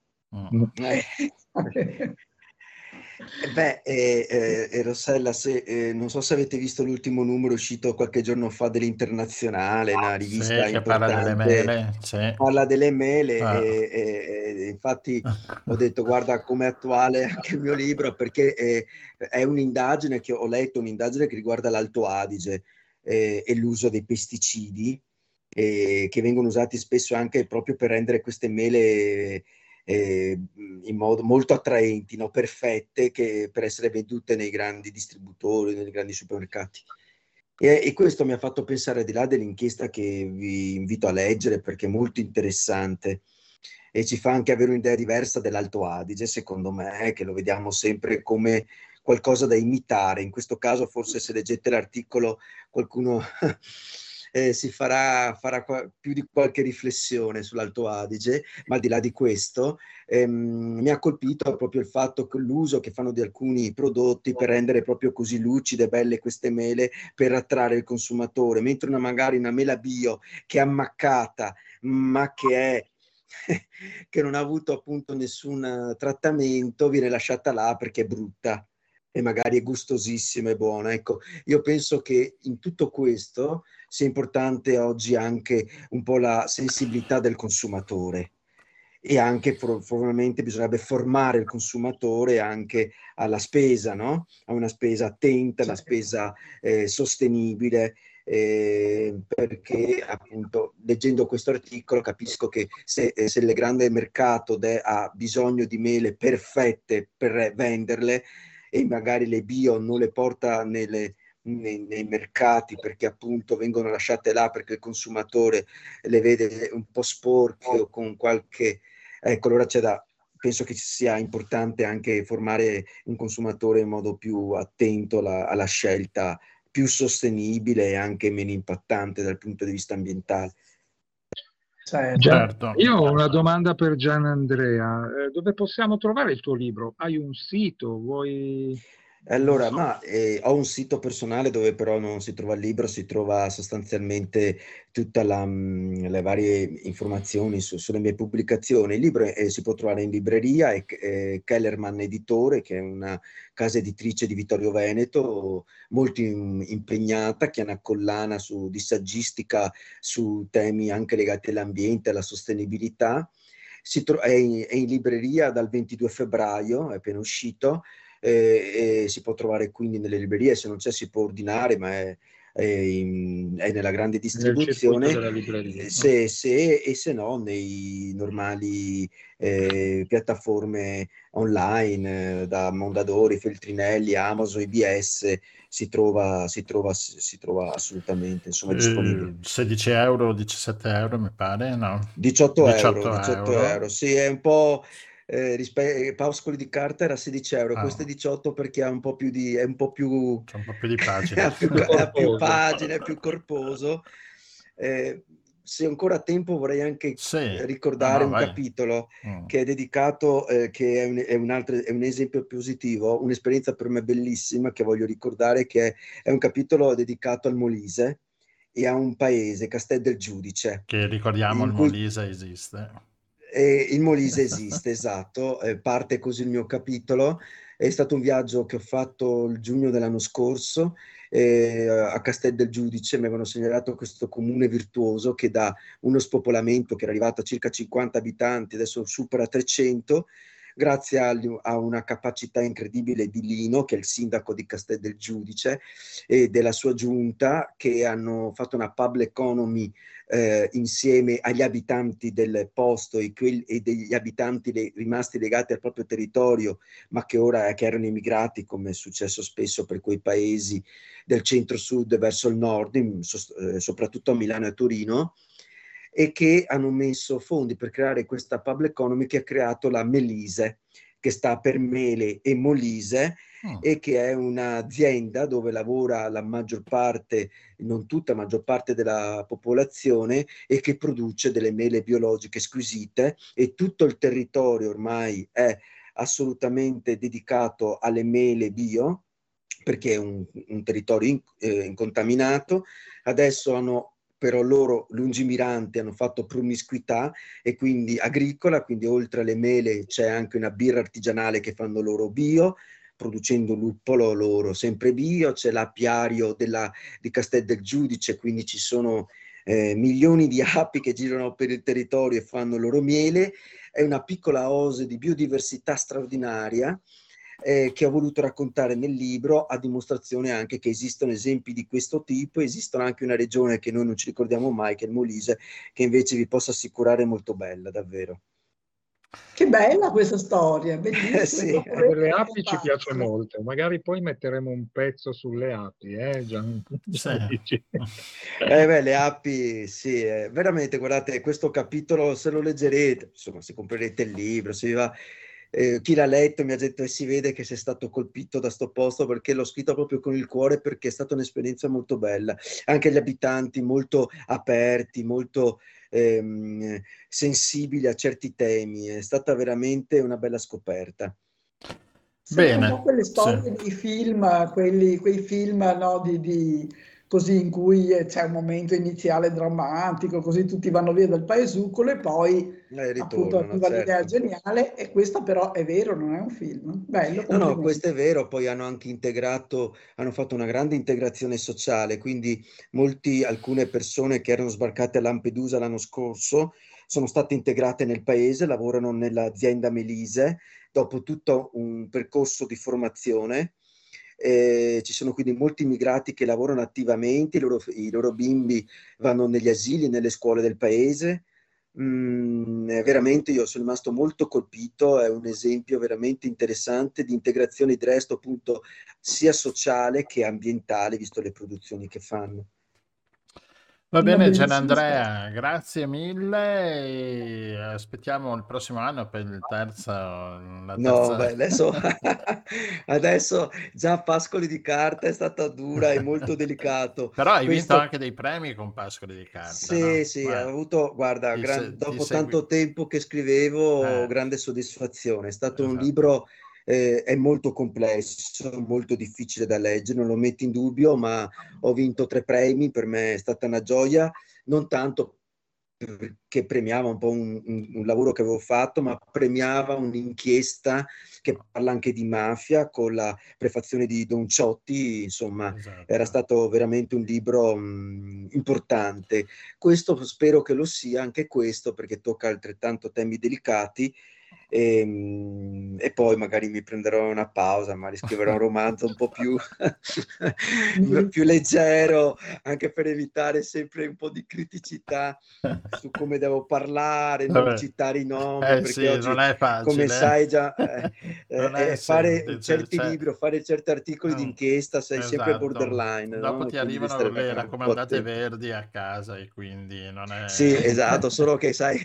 H: Rossella, non so se avete visto l'ultimo numero uscito qualche giorno fa dell'Internazionale, una rivista
B: che
H: importante,
B: parla delle mele, sì.
H: Parla delle mele e infatti ho detto guarda com'è attuale anche il mio libro, perché è un'indagine che ho letto, un'indagine che riguarda l'Alto Adige e l'uso dei pesticidi che vengono usati spesso anche proprio per rendere queste mele in modo molto attraenti, no? Perfette, per essere vendute nei grandi distributori, nei grandi supermercati. E questo mi ha fatto pensare, al di là dell'inchiesta che vi invito a leggere perché è molto interessante e ci fa anche avere un'idea diversa dell'Alto Adige, secondo me, che lo vediamo sempre come qualcosa da imitare. In questo caso forse se leggete l'articolo qualcuno si farà più di qualche riflessione sull'Alto Adige, ma al di là di questo mi ha colpito proprio il fatto che l'uso che fanno di alcuni prodotti per rendere proprio così lucide e belle queste mele, per attrarre il consumatore, mentre magari una mela bio che è ammaccata, ma che non ha avuto appunto nessun trattamento, viene lasciata là perché è brutta e magari è gustosissima e buona. Ecco, io penso che in tutto questo sia importante oggi anche un po' la sensibilità del consumatore, e anche probabilmente bisognerebbe formare il consumatore anche alla spesa, no? A una spesa attenta, una spesa sostenibile, perché appunto leggendo questo articolo capisco che se il grande mercato ha bisogno di mele perfette per venderle e magari le bio non le porta nei mercati perché appunto vengono lasciate là perché il consumatore le vede un po' sporche o con qualche... Ecco, allora penso che sia importante anche formare un consumatore in modo più attento alla scelta più sostenibile e anche meno impattante dal punto di vista ambientale.
F: Certo. Io ho una domanda per Gianandrea. Dove possiamo trovare il tuo libro? Hai un sito? Vuoi...
H: Allora, ho un sito personale dove però non si trova il libro, si trova sostanzialmente tutte le varie informazioni sulle mie pubblicazioni. Il libro si può trovare in libreria, è Kellerman Editore, che è una casa editrice di Vittorio Veneto, molto impegnata, che ha una collana di saggistica su temi anche legati all'ambiente, alla sostenibilità. È in libreria dal 22 febbraio, è appena uscito. E si può trovare quindi nelle librerie, se non c'è si può ordinare, ma è è nella grande
F: Nel circuito
H: distribuzione,
F: della libreria.
H: se no nei normali piattaforme online, da Mondadori, Feltrinelli, Amazon, IBS, si trova assolutamente, insomma, disponibile.
B: 16 euro, 17 euro mi pare, no?
H: 18
B: 18
H: euro, sì, è un po', Pascoli di carta era 16 euro,
B: Ah,
H: questo è 18 perché ha un po' più di, è un po' più,
B: c'è un po' più di pagine.
H: ha più
F: Corposo.
H: pagine, è più corposo. Se ho ancora tempo vorrei anche
B: Sì,
H: ricordare un
B: vai.
H: capitolo che è dedicato, che è un esempio positivo, un'esperienza per me bellissima che voglio ricordare, che è un capitolo dedicato al Molise e a un paese, Castel del Giudice,
B: Che ricordiamo
H: in
B: il
H: cui
B: Molise esiste.
H: il Molise esiste, esatto, parte così il mio capitolo. È stato un viaggio che ho fatto il giugno dell'anno scorso a Castel del Giudice. Mi avevano segnalato questo comune virtuoso che da uno spopolamento che era arrivato a circa 50 abitanti, adesso supera 300, grazie a una capacità incredibile di Lino, che è il sindaco di Castel del Giudice, e della sua giunta, che hanno fatto una public economy insieme agli abitanti del posto e degli abitanti rimasti legati al proprio territorio, ma che erano immigrati, come è successo spesso per quei paesi del centro-sud verso il nord, soprattutto a Milano e a Torino, e che hanno messo fondi per creare questa public economy che ha creato la Melise, che sta per Mele e Molise, e che è un'azienda dove lavora la maggior parte, non tutta, la maggior parte della popolazione, e che produce delle mele biologiche squisite, e tutto il territorio ormai è assolutamente dedicato alle mele bio, perché è un territorio incontaminato. Adesso hanno però loro lungimiranti, hanno fatto promiscuità e quindi agricola, quindi oltre alle mele c'è anche una birra artigianale che fanno loro bio, producendo luppolo loro sempre bio, c'è l'apiario di Castel del Giudice, quindi ci sono milioni di api che girano per il territorio e fanno loro miele. È una piccola oasi di biodiversità straordinaria che ho voluto raccontare nel libro, a dimostrazione anche che esistono esempi di questo tipo. Esistono anche una regione che noi non ci ricordiamo mai, che è il Molise, che invece vi posso assicurare è molto bella, davvero.
C: Che bella questa storia, bellissima.
H: Sì.
F: Delle api ci piace molto, magari poi metteremo un pezzo sulle api, Gian?
B: Sì.
H: Le api, sì, veramente, guardate, questo capitolo, se lo leggerete, insomma, se comprerete il libro, se vi va, chi l'ha letto mi ha detto, e si vede che sei stato colpito da sto posto, perché l'ho scritto proprio con il cuore, perché è stata un'esperienza molto bella. Anche gli abitanti molto aperti, molto sensibili a certi temi. È stata veramente una bella scoperta.
C: Sembra un po' quelle
B: Sì.
C: storie di film, quei film, no, così, in cui c'è un momento iniziale drammatico, così tutti vanno via dal paesuccolo e poi appunto arriva l'idea geniale. E questa però è vero, non è un film. Bello,
H: No,
C: complimenti.
H: questo è vero. Poi hanno anche hanno fatto una grande integrazione sociale, quindi alcune persone che erano sbarcate a Lampedusa l'anno scorso sono state integrate nel paese, lavorano nell'azienda Melise dopo tutto un percorso di formazione. Ci sono quindi molti immigrati che lavorano attivamente, i loro bimbi vanno negli asili, nelle scuole del paese. Veramente io sono rimasto molto colpito, è un esempio veramente interessante di integrazione di resto, appunto, sia sociale che ambientale, visto le produzioni che fanno.
B: Va bene Gianandrea, grazie mille e aspettiamo il prossimo anno per la terza.
H: No, beh, adesso già Pascoli di carta è stata dura e molto delicato.
B: Però hai vinto anche dei premi con Pascoli di carta,
H: Sì,
B: no?
H: sì, ho avuto, guarda, dopo tanto tempo che scrivevo, grande soddisfazione. È stato un libro, è molto complesso, molto difficile da leggere, non lo metto in dubbio, ma ho vinto 3 premi, per me è stata una gioia, non tanto che premiava un po' un lavoro che avevo fatto, ma premiava un'inchiesta che parla anche di mafia, con la prefazione di Don Ciotti. Insomma, era stato veramente un libro importante. Questo spero che lo sia anche questo, perché tocca altrettanto temi delicati, e poi magari mi prenderò una pausa, ma riscriverò un romanzo un po' più, più leggero, anche per evitare sempre un po' di criticità su come devo parlare, non citare i nomi, perché
B: sì,
H: oggi,
B: non è facile,
H: come sai già, fare certi libri, fare certi articoli d'inchiesta, sei sempre borderline.
B: Dopo
H: no?
B: ti
H: Quindi
B: arrivano
H: devi
B: le
H: stare
B: raccomandate verdi a casa e quindi non è...
H: Sì, esatto, solo che sai,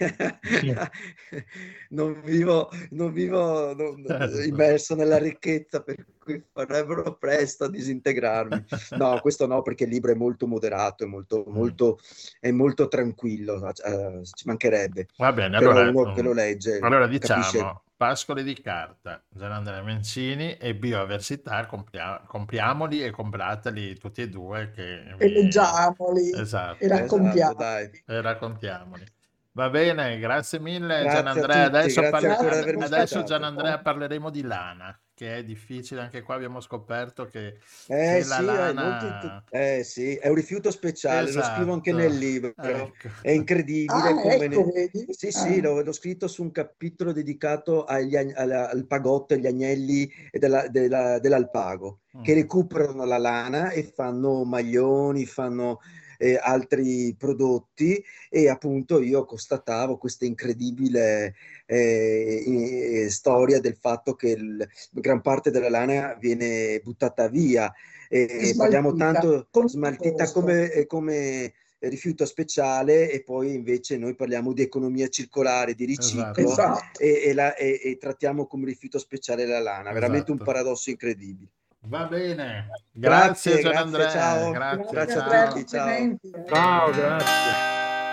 H: non vivo immerso nella ricchezza, per cui farebbero presto a disintegrarmi. No, questo no, perché il libro è molto moderato, è molto tranquillo, ci mancherebbe.
B: Va bene,
H: Però
B: allora,
H: uno che lo legge
B: allora
H: capisce.
B: diciamo Pascoli di carta, Gianandrea Mencini e Bioversità, compriamoli e comprateli tutti e due
C: e leggiamoli
B: esatto,
C: e raccontiamoli.
H: Dai.
B: e raccontiamoli. Va bene, grazie mille
H: Grazie
B: Gianandrea.
H: a tutti, grazie ancora di avermi
B: Adesso
H: ascoltato.
B: Gianandrea parleremo di lana, che è difficile, anche qua abbiamo scoperto che
H: Sì,
B: la lana...
H: sì, è un rifiuto speciale, lo scrivo anche nel libro,
B: Ecco.
H: è incredibile
C: ecco, vedi?
H: Sì, l'ho scritto su un capitolo dedicato al pagotto, agli agnelli e dell'alpago, che recuperano la lana e fanno maglioni, fanno altri prodotti, e appunto io constatavo questa incredibile storia del fatto che gran parte della lana viene buttata via, parliamo tanto smaltita come rifiuto speciale, e poi invece noi parliamo di economia circolare, di riciclo,
C: esatto.
H: e trattiamo come rifiuto speciale la lana, veramente un paradosso incredibile.
B: Va bene, grazie Gianandrea,
H: ciao.
B: Grazie
H: a tutti, ciao.
F: Ciao, grazie.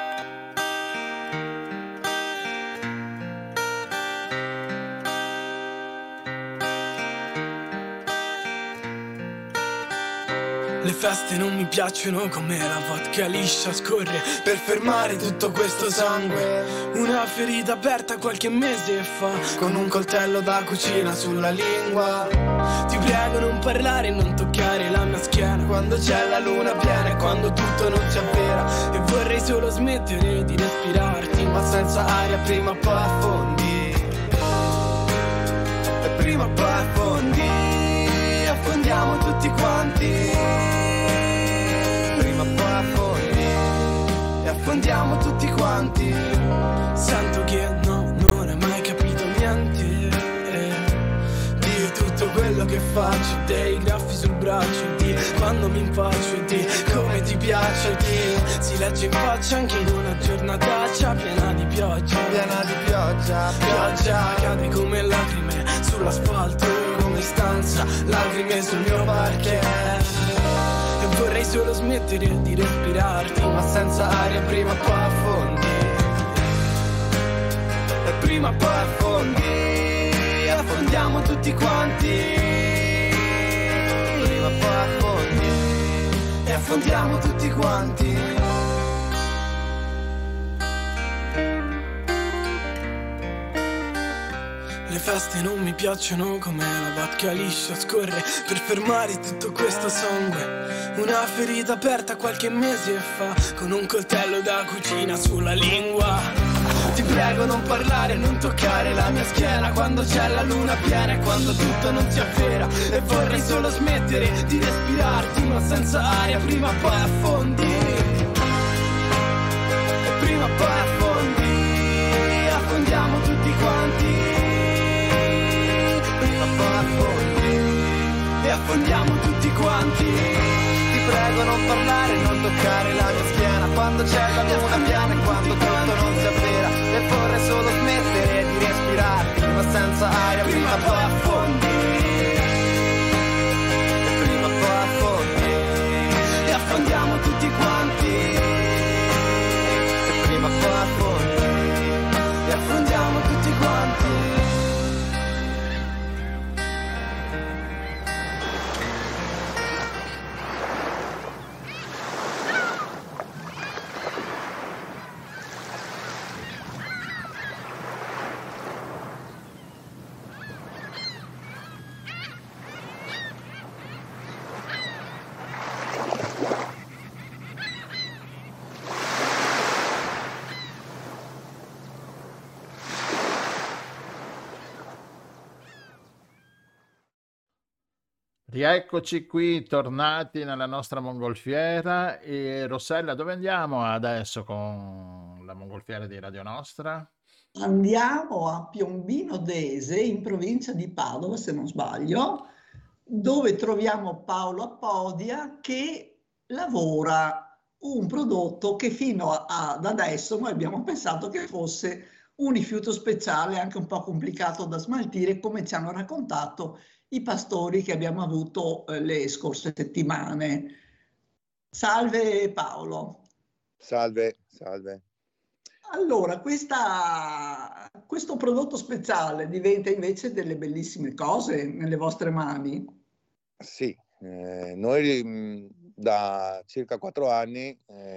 D: Le feste non mi piacciono come la vodka liscia scorre per fermare tutto questo sangue. Una ferita aperta qualche mese fa, con un coltello da cucina sulla lingua. Ti prego non parlare e non toccare la mia schiena quando c'è la luna piena e quando tutto non si avvera. E vorrei solo smettere di respirarti, ma senza aria prima o poi affondi. E prima o poi affondi, affondiamo tutti quanti. Affondiamo tutti quanti. Sento che non hai mai capito niente di tutto quello che faccio, dei graffi sul braccio, di quando mi impaccio e di come ti piace, di si legge in faccia anche in una giornataccia piena di pioggia, pioggia cade come lacrime sull'asfalto, come stanza, lacrime sul mio parquet. Vorrei solo smettere di respirarti, ma senza aria prima o poi affondi. E prima o poi affondi, affondiamo tutti quanti. Prima o poi affondi, e affondiamo tutti quanti. Le feste non mi piacciono come la vodka liscia scorre per fermare tutto questo sangue. Una ferita aperta qualche mese fa, con un coltello da cucina sulla lingua. Ti prego non parlare, non toccare la mia schiena quando c'è la luna piena e quando tutto non si avvera. E vorrei solo smettere di respirarti, ma senza aria prima o poi affondi. E prima o poi affondi, affondiamo tutti quanti. Prima o poi affondi, e affondiamo tutti quanti. Ti prego non parlare, non toccare la mia schiena quando c'è la luna piena e quando tutto non si avvera. E vorrei solo smettere di respirarti, ma senza aria prima o poi affondi. E prima o poi affondi, e affondiamo tutti quanti. E prima o poi affondi, e affondiamo tutti quanti.
B: Rieccoci qui, tornati nella nostra mongolfiera. E Rossella, dove andiamo adesso con la mongolfiera di Radio Nostra?
C: Andiamo a Piombino Dese, in provincia di Padova, se non sbaglio, dove troviamo Paolo Appodia che lavora un prodotto che fino ad adesso noi abbiamo pensato che fosse un rifiuto speciale, anche un po' complicato da smaltire, come ci hanno raccontato i pastori che abbiamo avuto le scorse settimane. Salve Paolo.
I: Salve, salve.
C: Allora, questo prodotto speciale diventa invece delle bellissime cose nelle vostre mani?
I: Sì, noi da circa 4 anni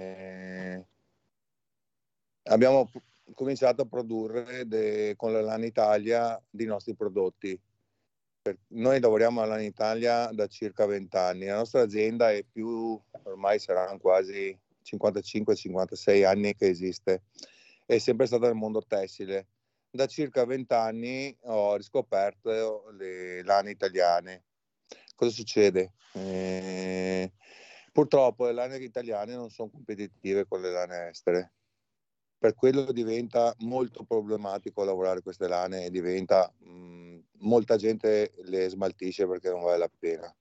I: abbiamo cominciato a produrre con la Lana Italia dei nostri prodotti. Noi lavoriamo alla Lana Italia da circa 20 anni. La nostra azienda è ormai saranno quasi 55-56 anni che esiste. È sempre stata nel mondo tessile. Da circa 20 anni ho riscoperto le lane italiane. Cosa succede? Purtroppo le lane italiane non sono competitive con le lane estere. Per quello diventa molto problematico lavorare queste lane e molta gente le smaltisce perché non vale la pena.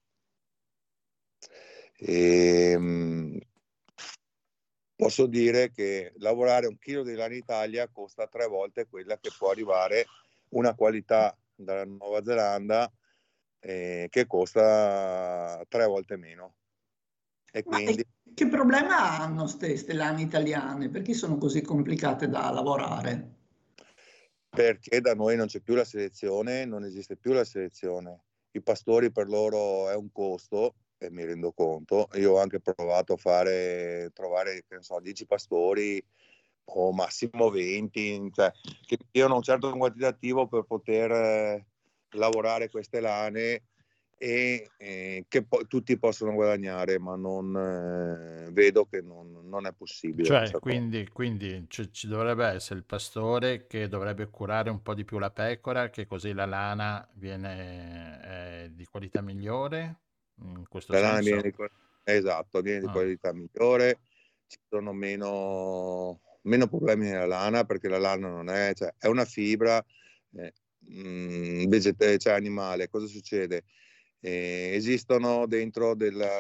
I: Posso dire che lavorare 1 chilo di lana Italia costa 3 volte quella che può arrivare una qualità dalla Nuova Zelanda che costa 3 volte meno. E quindi
C: che problema hanno queste lane italiane? Perché sono così complicate da lavorare?
I: Perché da noi non c'è più la selezione, non esiste più la selezione. I pastori per loro è un costo, e mi rendo conto. Io ho anche provato a trovare, che ne so, 10 pastori o massimo 20, cioè che abbiano un certo quantitativo per poter lavorare queste lane e che tutti possono guadagnare, ma non vedo che non è possibile.
B: Cioè, quindi ci dovrebbe essere il pastore che dovrebbe curare un po' di più la pecora, che così la lana viene di qualità migliore, in questo
I: La lana
B: senso?
I: viene di qualità migliore, ci sono meno problemi nella lana, perché la lana non è, cioè, è una fibra vegetale, cioè animale. Cosa succede? Esistono dentro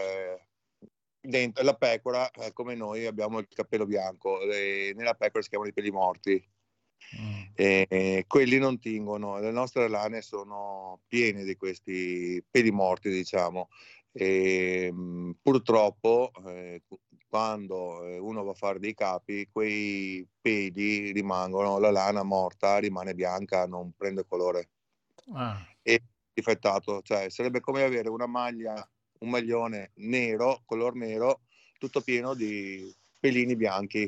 I: la pecora, come noi abbiamo il cappello bianco, nella pecora si chiamano i peli morti. Quelli non tingono. Le nostre lane sono piene di questi peli morti, diciamo. Purtroppo quando uno va a fare dei capi, quei peli rimangono, la lana morta rimane bianca, non prende colore. E difettato, cioè sarebbe come avere una maglia, un maglione nero, color nero, tutto pieno di pelini bianchi.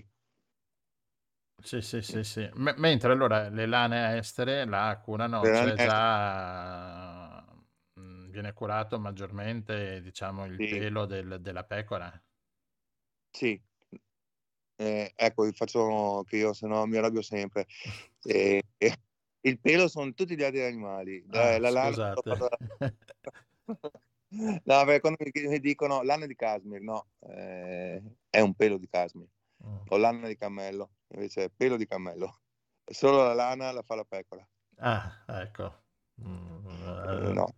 B: Sì. Mentre allora le lane estere la curano, cioè già viene curato maggiormente, diciamo, il pelo della pecora.
I: Sì. Ecco, faccio che io se no mi arrabbio sempre. Il pelo sono tutti gli altri animali. La lana
B: Scusate.
I: No, perché quando mi dicono lana di Kashmir, no, è un pelo di Kashmir. O lana di cammello, invece è pelo di cammello. Solo la lana la fa la pecora.
B: Ah, ecco.
I: No.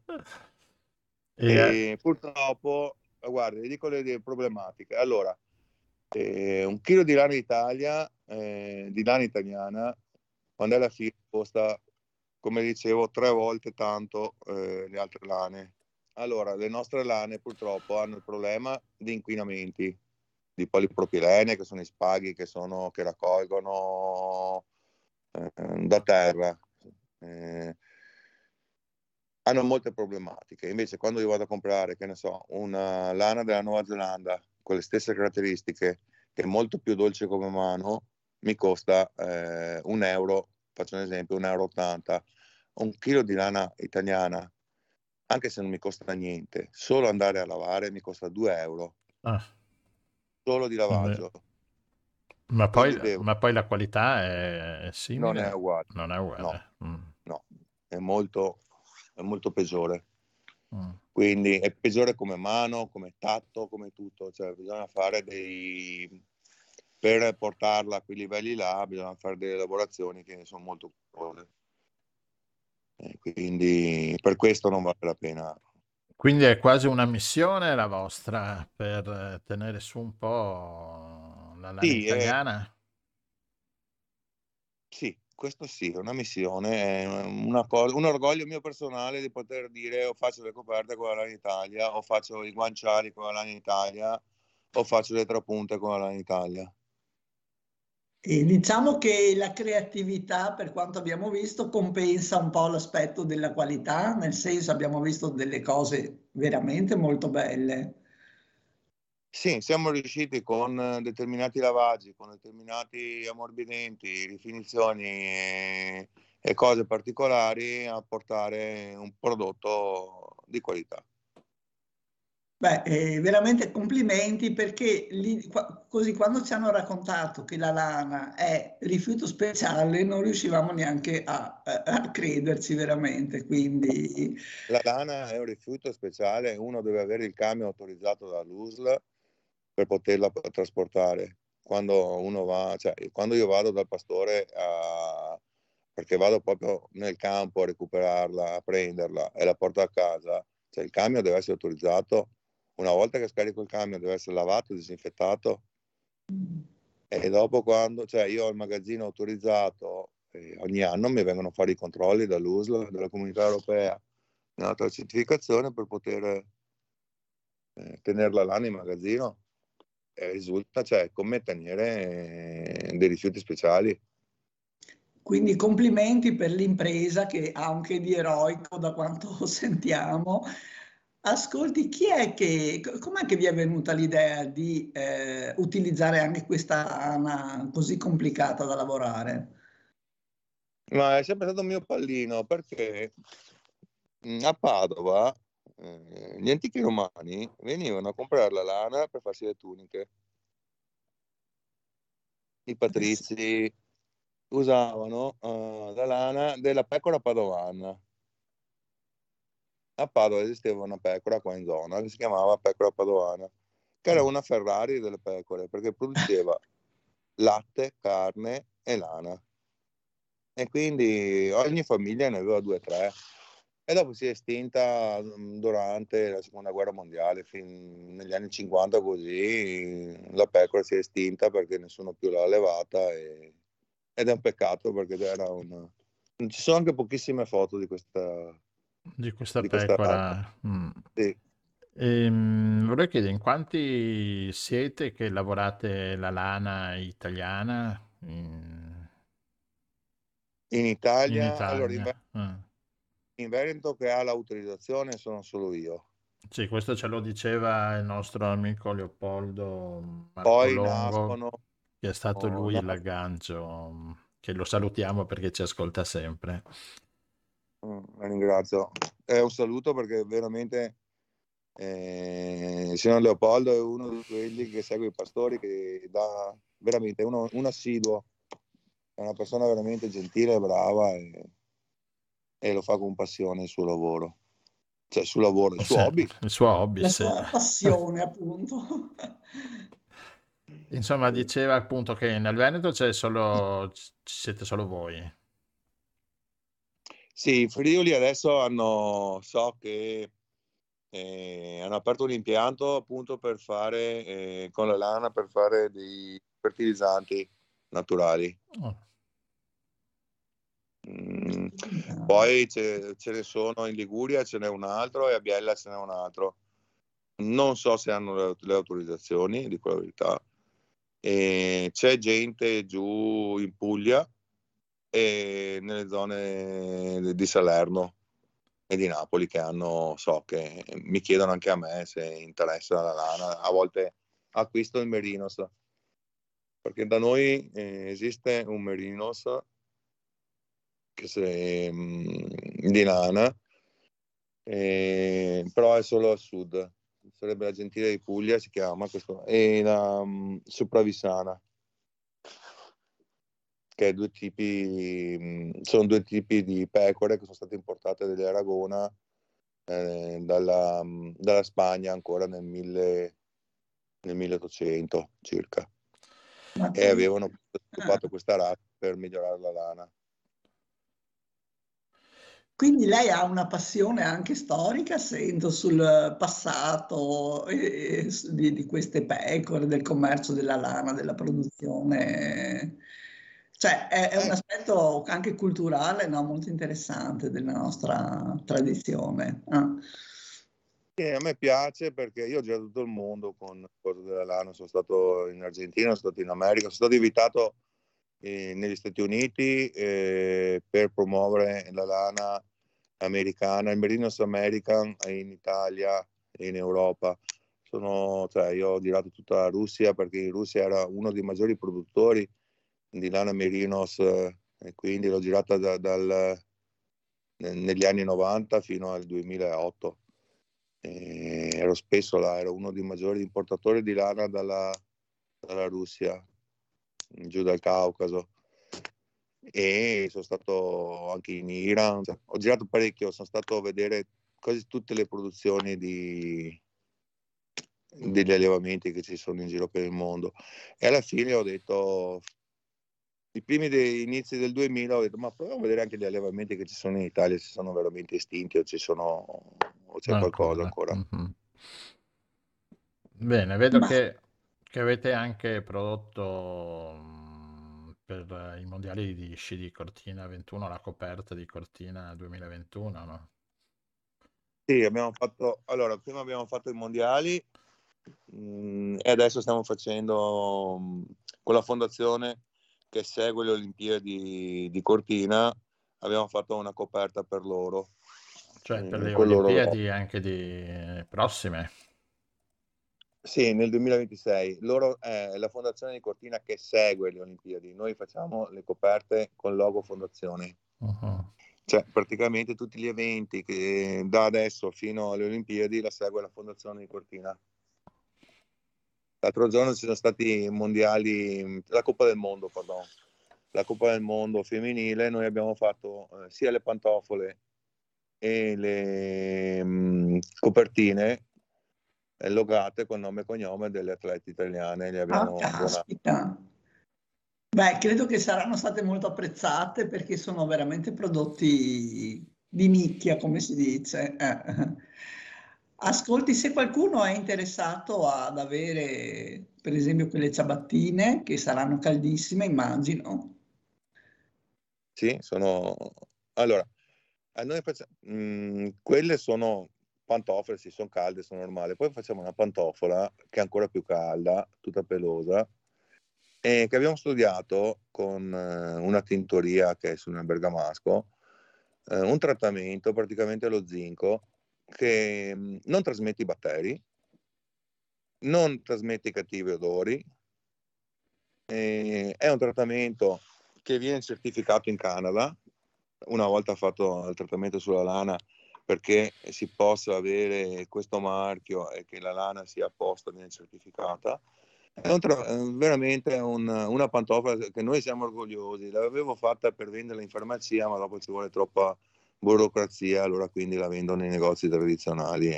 I: Purtroppo, guarda, vi dico le problematiche. Allora, 1 chilo di lana Italia, di lana italiana, quando è la fine costa, come dicevo, 3 volte tanto le altre lane. Allora, le nostre lane purtroppo hanno il problema di inquinamenti, di polipropilene, che sono i spaghi che raccolgono da terra. Hanno molte problematiche. Invece quando io vado a comprare, che ne so, una lana della Nuova Zelanda con le stesse caratteristiche, che è molto più dolce come mano, mi costa €1, faccio un esempio, €1,80. 1 chilo di lana italiana, anche se non mi costa niente, solo andare a lavare mi costa €2. Solo di lavaggio.
B: Ma poi la qualità è simile?
I: Non è uguale.
B: Non è uguale.
I: No, è molto peggiore. Quindi è peggiore come mano, come tatto, come tutto, cioè bisogna fare per portarla a quei livelli là bisogna fare delle lavorazioni che sono molto costose. Quindi per questo non vale la pena.
B: Quindi è quasi una missione la vostra per tenere su un po' la lana italiana?
I: Sì, questo sì, è una missione, è una cosa, un orgoglio mio personale di poter dire o faccio le coperte con la lana Italia, o faccio i guanciali con la lana Italia, o faccio le trapunte con la lana Italia.
C: E diciamo che la creatività, per quanto abbiamo visto, compensa un po' l'aspetto della qualità, nel senso abbiamo visto delle cose veramente molto belle.
I: Sì, siamo riusciti con determinati lavaggi, con determinati ammorbidenti, rifinizioni e cose particolari a portare un prodotto di qualità.
C: Beh, veramente complimenti perché così quando ci hanno raccontato che la lana è rifiuto speciale non riuscivamo neanche a crederci veramente, quindi...
I: La lana è un rifiuto speciale, uno deve avere il camion autorizzato dall'USL per poterla trasportare. Quando uno va, cioè quando io vado dal pastore perché vado proprio nel campo a recuperarla, a prenderla e la porto a casa, cioè il camion deve essere autorizzato. Una volta che scarico il camion deve essere lavato, disinfettato e dopo quando, cioè io ho il magazzino autorizzato, ogni anno mi vengono a fare i controlli dall'USL, dalla Comunità Europea, un'altra certificazione per poter tenere la lana in magazzino e risulta, cioè, come tenere dei rifiuti speciali.
C: Quindi complimenti per l'impresa che ha anche di eroico da quanto sentiamo. Ascolti, com'è che vi è venuta l'idea di utilizzare anche questa lana così complicata da lavorare?
I: Ma è sempre stato un mio pallino perché a Padova gli antichi romani venivano a comprare la lana per farsi le tuniche. I patrizi usavano la lana della pecora padovana. A Padova esisteva una pecora qua in zona che si chiamava pecora padovana, che era una Ferrari delle pecore perché produceva latte, carne e lana. E quindi ogni famiglia ne aveva 2 o 3. E dopo si è estinta durante la seconda guerra mondiale, negli anni 50 così, la pecora si è estinta perché nessuno più l'ha allevata ed è un peccato perché ci sono anche pochissime foto di questa
B: pecora.
I: Sì.
B: Vorrei chiedere, in quanti siete che lavorate la lana italiana?
I: In Italia, allora
B: Italia.
I: In Veneto che ha l'autorizzazione sono solo io.
B: Sì, questo ce lo diceva il nostro amico Leopoldo
I: Poi
B: Marcolongo,
I: nascono,
B: che è stato lui l'aggancio, che lo salutiamo perché ci ascolta sempre.
I: La ringrazio. Un saluto perché veramente il signor Leopoldo è uno di quelli che segue i pastori, che dà veramente un assiduo, è una persona veramente gentile e brava e lo fa con passione il suo lavoro. Cioè il suo lavoro, il suo hobby.
B: Il suo hobby,
C: La
B: sì.
C: sua passione, appunto.
B: Insomma, diceva appunto che nel Veneto ci siete solo voi.
I: Sì, i Friuli adesso so che hanno aperto un impianto appunto per fare con la lana per fare dei fertilizzanti naturali. Poi ce ne sono in Liguria, ce n'è un altro, e a Biella ce n'è un altro. Non so se hanno le autorizzazioni, dico la verità. C'è gente giù in Puglia e nelle zone di Salerno e di Napoli che che mi chiedono anche a me se interessa la lana. A volte acquisto il Merinos, perché da noi esiste un Merinos di lana, però è solo al sud, sarebbe la Gentile di Puglia, si chiama questo, e la Sopravissana, che sono 2 tipi di pecore che sono state importate dall'Aragona dalla Spagna ancora nel 1800 circa, e avevano sviluppato questa razza per migliorare la lana.
C: Quindi lei ha una passione anche storica, sento, sul passato di queste pecore, del commercio della lana, della produzione. Cioè è un aspetto anche culturale, no, molto interessante della nostra tradizione.
I: Sì, a me piace perché io ho girato tutto il mondo con cose della lana, sono stato in Argentina, sono stato in America, sono stato invitato negli Stati Uniti per promuovere la lana americana, il Merinos American in Italia e in Europa. Io ho girato tutta la Russia perché in Russia era uno dei maggiori produttori di lana Merinos, e quindi l'ho girata negli anni 90 fino al 2008. Ero spesso là, ero uno dei maggiori importatori di lana dalla Russia, giù dal Caucaso, e sono stato anche in Iran, ho girato parecchio, sono stato a vedere quasi tutte le produzioni degli allevamenti che ci sono in giro per il mondo, e alla fine ho detto, i primi inizi del 2000, ho detto ma proviamo a vedere anche gli allevamenti che ci sono in Italia, se sono veramente estinti o c'è qualcosa ancora.
B: Mm-hmm. Bene, vedo che avete anche prodotto per i mondiali di sci di Cortina 21 la coperta di Cortina 2021, no?
I: Sì, prima abbiamo fatto i mondiali e adesso stiamo facendo con la fondazione che segue le Olimpiadi di Cortina, abbiamo fatto una coperta per loro.
B: Cioè per le Olimpiadi anche di prossime?
I: Sì, nel 2026. Loro è la fondazione di Cortina che segue le Olimpiadi. Noi facciamo le coperte con logo fondazione.
B: Uh-huh.
I: Cioè praticamente tutti gli eventi che da adesso fino alle Olimpiadi la segue la fondazione di Cortina. L'altro giorno ci sono stati i mondiali, la Coppa del Mondo, pardon. La Coppa del Mondo femminile, noi abbiamo fatto sia le pantofole e le copertine logate con nome e cognome delle atlete italiane. Le abbiamo
C: caspita! Beh, credo che saranno state molto apprezzate perché sono veramente prodotti di nicchia, come si dice. Ascolti, se qualcuno è interessato ad avere, per esempio, quelle ciabattine, che saranno caldissime, immagino.
I: Sì, allora, noi quelle sono pantofole, sì, sono calde, sono normali. Poi facciamo una pantofola che è ancora più calda, tutta pelosa, e che abbiamo studiato con una tintoria che è sul bergamasco, un trattamento praticamente allo zinco che non trasmette i batteri, non trasmette i cattivi odori, è un trattamento che viene certificato in Canada, una volta fatto il trattamento sulla lana, perché si possa avere questo marchio e che la lana sia apposta, viene certificata. È veramente una pantofola che noi siamo orgogliosi. L'avevo fatta per venderla in farmacia, ma dopo ci vuole troppa burocrazia, allora quindi la vendo nei negozi tradizionali.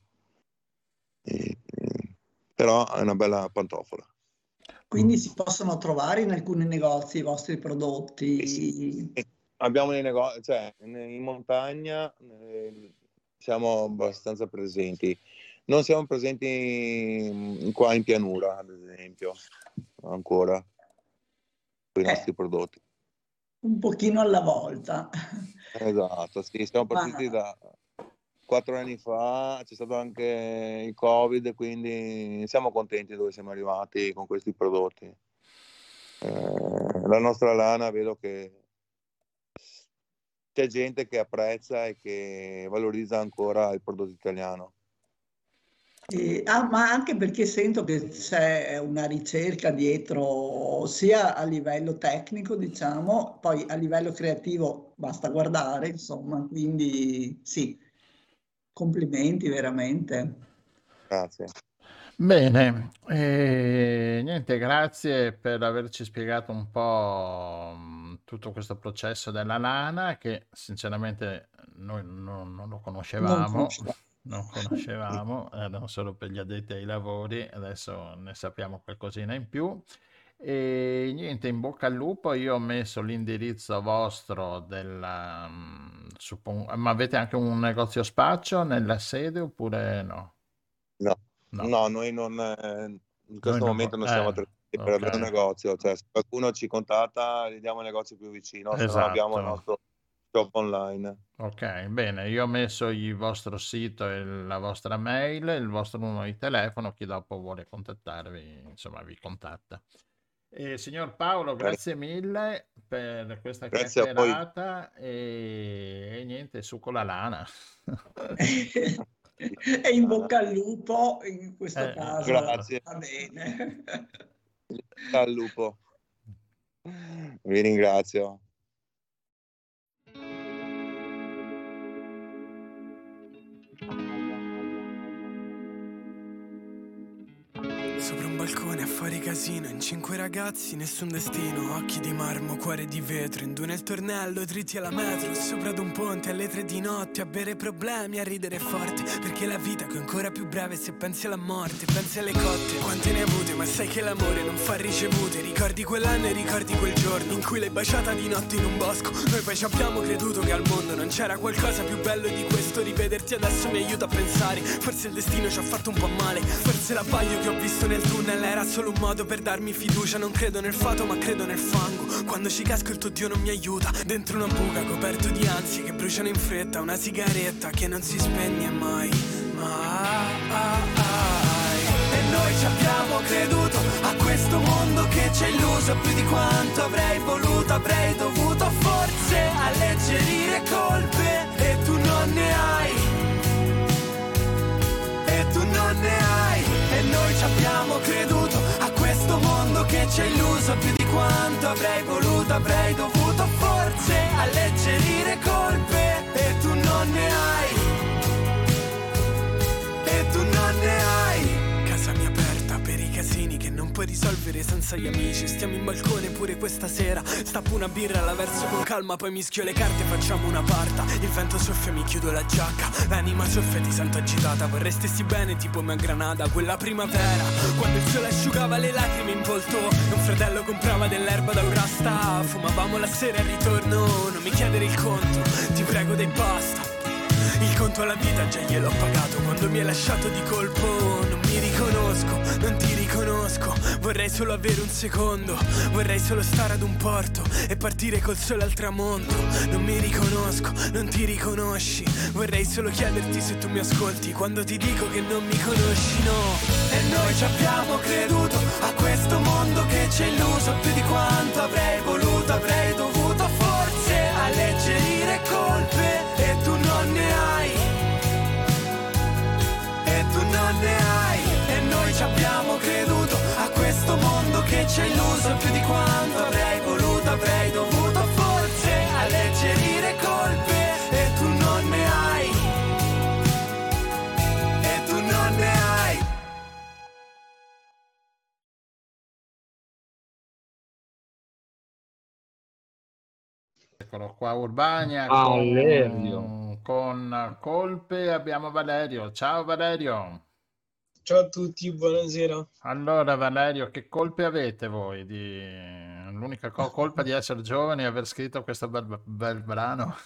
I: Però è una bella pantofola.
C: Quindi si possono trovare in alcuni negozi i vostri prodotti?
I: Sì. Abbiamo nei negozi, cioè in montagna siamo abbastanza presenti. Non siamo presenti qua in pianura, ad esempio, ancora, con i nostri prodotti.
C: Un pochino alla volta.
I: Esatto, sì, siamo partiti da 4 anni fa, c'è stato anche il Covid, quindi siamo contenti dove siamo arrivati con questi prodotti. La nostra lana, vedo che c'è gente che apprezza e che valorizza ancora il prodotto italiano.
C: Ma anche perché sento che c'è una ricerca dietro, sia a livello tecnico, diciamo, poi a livello creativo basta guardare, insomma, quindi sì, complimenti veramente.
I: Grazie.
B: Bene, niente, grazie per averci spiegato un po' tutto questo processo della lana, che sinceramente noi non lo
C: Non
B: conoscevamo,
C: conosciamo.
B: non conoscevamo, erano solo per gli addetti ai lavori, adesso ne sappiamo qualcosina in più. E niente, in bocca al lupo, io ho messo l'indirizzo vostro ma avete anche un negozio spaccio nella sede oppure no?
I: No,
B: No,
I: no, noi non, in
B: noi
I: questo
B: non...
I: momento non siamo attrezzati per avere un
B: ok,
I: negozio, cioè se qualcuno ci contatta gli diamo il negozio più vicino, se no abbiamo il
B: esatto.
I: nostro shop online.
B: Ok, bene, io ho messo il vostro sito e la vostra mail, il vostro numero di telefono, chi dopo vuole contattarvi, insomma, vi contatta. Signor Paolo, grazie mille per questa
I: Grazie a voi.
B: chiacchierata e niente, su con la lana.
C: E in bocca al lupo, in questo caso,
I: Grazie.
C: va bene.
I: Al lupo. Vi ringrazio.
D: Sopra un balcone a fare casino, in 5 ragazzi, nessun destino. Occhi di marmo, cuore di vetro, in 2 nel tornello, dritti alla metro. Sopra ad un ponte alle 3 di notte, a bere problemi, a ridere forte. Perché la vita che è ancora più breve se pensi alla morte, pensi alle cotte. Quante ne hai avute, ma sai che l'amore non fa ricevute. Ricordi quell'anno e ricordi quel giorno in cui l'hai baciata di notte in un bosco. Noi poi ci abbiamo creduto che al mondo non c'era qualcosa più bello di questo. Rivederti adesso mi aiuta a pensare, forse il destino ci ha fatto un po' male. Forse l'abbaglio che ho visto nel tunnel era solo un modo per darmi fiducia. Non credo nel fato ma credo nel fango. Quando ci casco il tuo Dio non mi aiuta. Dentro una buca coperto di ansie che bruciano in fretta. Una sigaretta che non si spegne mai, mai. E noi ci abbiamo creduto a questo mondo che ci ha illuso più di quanto avrei voluto, avrei dovuto forse alleggerire colpe. E tu non ne hai, e tu non ne hai. E noi ci abbiamo creduto a questo mondo che ci ha illuso più di quanto avrei voluto, avrei dovuto forse alleggerire colpe. E tu non ne hai, e tu non ne hai. Casa mia aperta per i casini che non puoi risolvere senza gli amici. Stiamo in balcone pure questa sera, stappo una birra, la verso con calma, poi mischio le carte e facciamo una parta. Il vento soffia, mi chiudo la giacca, l'anima soffia, ti sento agitata. Vorrei stessi bene tipo me a Granada, quella primavera, quando il sole asciugava le lacrime in volto. E un fratello comprava dell'erba da un rasta, fumavamo la sera al ritorno. Non mi chiedere il conto, ti prego dei basta. Il conto alla vita già gliel'ho pagato quando mi hai lasciato di colpo. Non mi riconosco, non ti riconosco. Vorrei solo avere un secondo, vorrei solo stare ad un porto e partire col sole al tramonto. Non mi riconosco, non ti riconosci. Vorrei solo chiederti se tu mi ascolti quando ti dico che non mi conosci, no. E noi ci abbiamo creduto a questo mondo che ci ha illuso più di quanto avrei voluto, avrei dovuto forse alleggerire colpe. E tu non ne hai, e tu non ne hai. E noi ci abbiamo creduto a questo mondo che ci ha illuso più di quanto avrei voluto, avrei dovuto forse alleggerire colpe. E tu non ne hai, e tu non ne hai.
B: Eccolo qua, Urbania
F: Valerio.
B: con colpe. Abbiamo Valerio. Ciao Valerio.
J: Ciao a tutti, buonasera.
B: Allora Valerio, che colpe avete voi? L'unica colpa di essere giovani e aver scritto questo bel brano?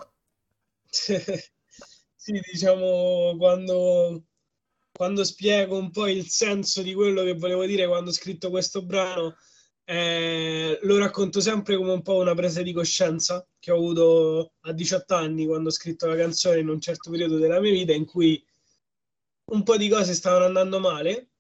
J: Sì, diciamo, quando spiego un po' il senso di quello che volevo dire quando ho scritto questo brano, lo racconto sempre come un po' una presa di coscienza che ho avuto a 18 anni quando ho scritto la canzone in un certo periodo della mia vita in cui un po' di cose stavano andando male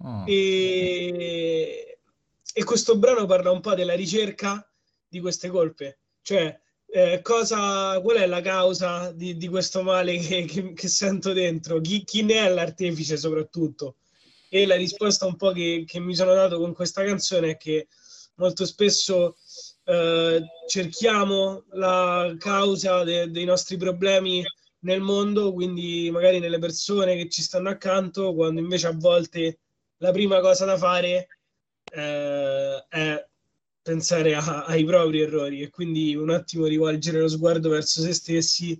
J: e questo brano parla un po' della ricerca di queste colpe, cioè qual è la causa di questo male che sento dentro, chi ne è l'artefice soprattutto. E la risposta un po' che mi sono dato con questa canzone è che molto spesso cerchiamo la causa dei nostri problemi nel mondo, quindi magari nelle persone che ci stanno accanto, quando invece a volte la prima cosa da fare è pensare ai propri errori e quindi un attimo rivolgere lo sguardo verso se stessi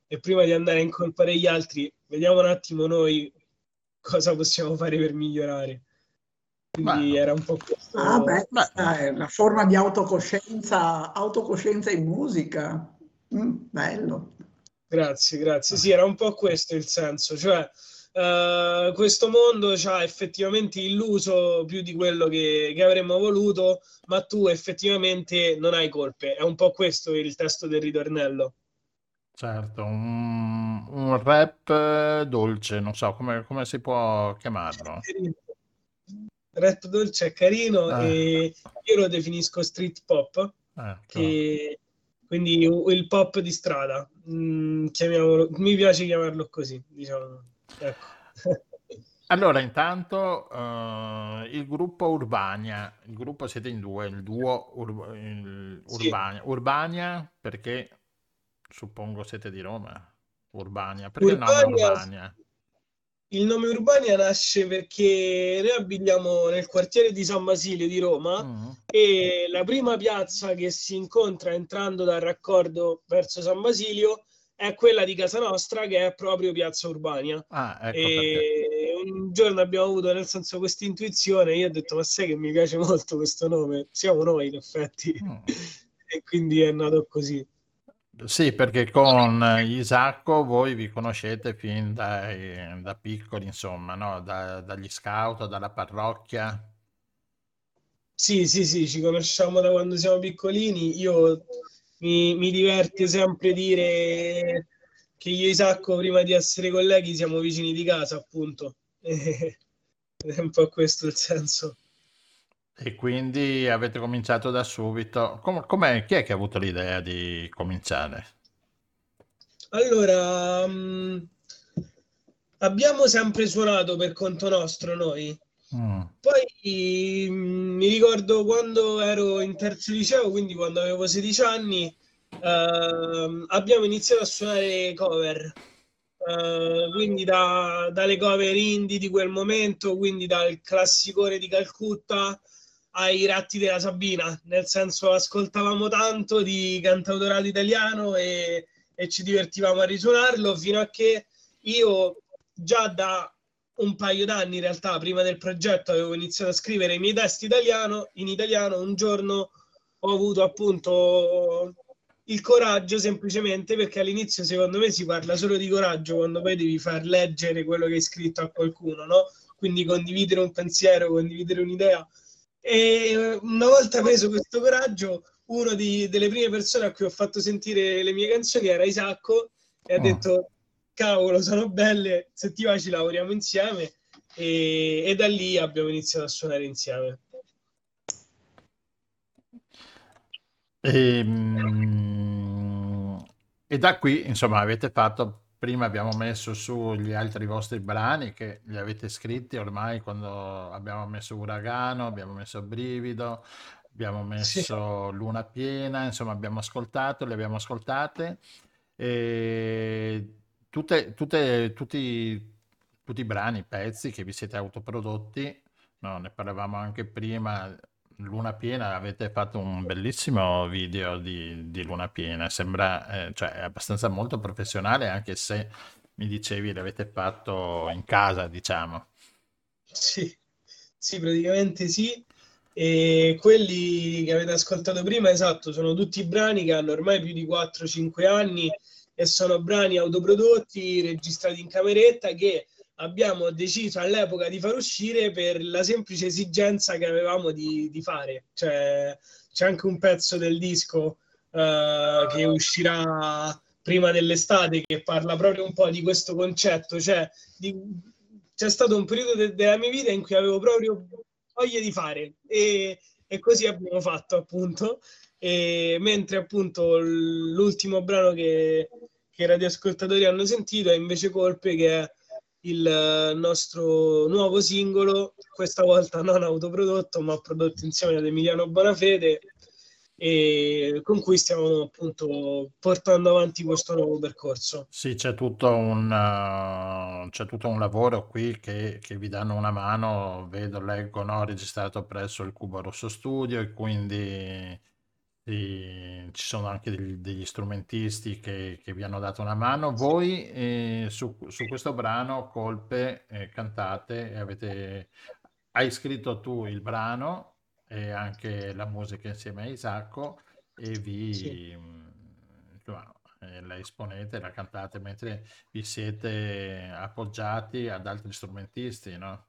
J: e prima di andare a incolpare gli altri, vediamo un attimo noi cosa possiamo fare per migliorare. Quindi era un po' questo.
C: Questa è una forma di autocoscienza in musica. Bello.
J: Grazie. Sì, era un po' questo il senso, cioè questo mondo ci ha effettivamente illuso più di quello che avremmo voluto, ma tu effettivamente non hai colpe. È un po' questo il testo del ritornello.
B: Certo, un rap dolce, non so come si può chiamarlo.
J: Rap dolce è carino e io lo definisco street pop, quindi il pop di strada, chiamiamolo, mi piace chiamarlo così, diciamo. Ecco.
B: Allora, intanto il gruppo Urbania, il gruppo siete in due, il duo Urbania. Urbania perché suppongo siete di Roma. Urbania, perché il nome Urbania?
J: Il nome Urbania nasce perché noi abitiamo nel quartiere di San Basilio di Roma e la prima piazza che si incontra entrando dal raccordo verso San Basilio è quella di casa nostra, che è proprio Piazza Urbania.
B: Ecco
J: e un giorno abbiamo avuto, nel senso, questa intuizione, io ho detto, ma sai che mi piace molto questo nome? Siamo noi, in effetti. E quindi è nato così.
B: Sì, perché con Isacco voi vi conoscete fin da piccoli, insomma, no? Dagli scout, dalla parrocchia.
J: Sì, ci conosciamo da quando siamo piccolini. Io mi diverte sempre dire che io e Isacco, prima di essere colleghi, siamo vicini di casa, appunto. È un po' questo il senso.
B: E quindi avete cominciato da subito. Chi è che ha avuto l'idea di cominciare?
J: Allora, abbiamo sempre suonato per conto nostro noi. Poi mi ricordo quando ero in terzo liceo, quindi quando avevo 16 anni, abbiamo iniziato a suonare cover. Quindi dalle cover indie di quel momento, quindi dal classicone di Calcutta ai Ratti della Sabina, nel senso ascoltavamo tanto di cantautorato italiano e ci divertivamo a risuonarlo, fino a che io già da un paio d'anni, in realtà, prima del progetto, avevo iniziato a scrivere i miei testi in italiano. Un giorno ho avuto appunto il coraggio, semplicemente perché all'inizio secondo me si parla solo di coraggio quando poi devi far leggere quello che hai scritto a qualcuno, no? Quindi condividere un pensiero, condividere un'idea. E una volta preso questo coraggio, una delle prime persone a cui ho fatto sentire le mie canzoni era Isacco, e ha detto: cavolo, sono belle, se ti va ci lavoriamo insieme, e da lì abbiamo iniziato a suonare insieme.
B: E da qui, insomma, avete fatto, prima abbiamo messo su gli altri vostri brani che li avete scritti ormai quando abbiamo messo Uragano, abbiamo messo Brivido, abbiamo messo Luna Piena, insomma abbiamo ascoltato, le abbiamo ascoltate e tutti i brani, pezzi che vi siete autoprodotti, no, ne parlavamo anche prima. Luna Piena, avete fatto un bellissimo video di Luna Piena, sembra, cioè è abbastanza molto professionale, anche se mi dicevi l'avete fatto in casa, diciamo.
J: Sì, praticamente sì. E quelli che avete ascoltato prima, esatto, sono tutti brani che hanno ormai più di 4-5 anni e sono brani autoprodotti, registrati in cameretta, che abbiamo deciso all'epoca di far uscire per la semplice esigenza che avevamo di fare. C'è anche un pezzo del disco che uscirà prima dell'estate, che parla proprio un po' di questo concetto, cioè c'è stato un periodo della mia vita in cui avevo proprio voglia di fare, e così abbiamo fatto, appunto. E mentre appunto l'ultimo brano che i radioascoltatori hanno sentito è invece Colpe, che è il nostro nuovo singolo, questa volta non autoprodotto ma prodotto insieme ad Emiliano Bonafede, e con cui stiamo appunto portando avanti questo nuovo percorso.
B: Sì, c'è tutto un lavoro qui che vi danno una mano, leggo, no? Registrato presso il Cubo Rosso Studio, e quindi ci sono anche degli strumentisti che vi hanno dato una mano. Voi su questo brano Colpe cantate e hai scritto tu il brano e anche la musica insieme a Isacco e
J: Sì.
B: insomma, la esponete, la cantate mentre vi siete appoggiati ad altri strumentisti, no?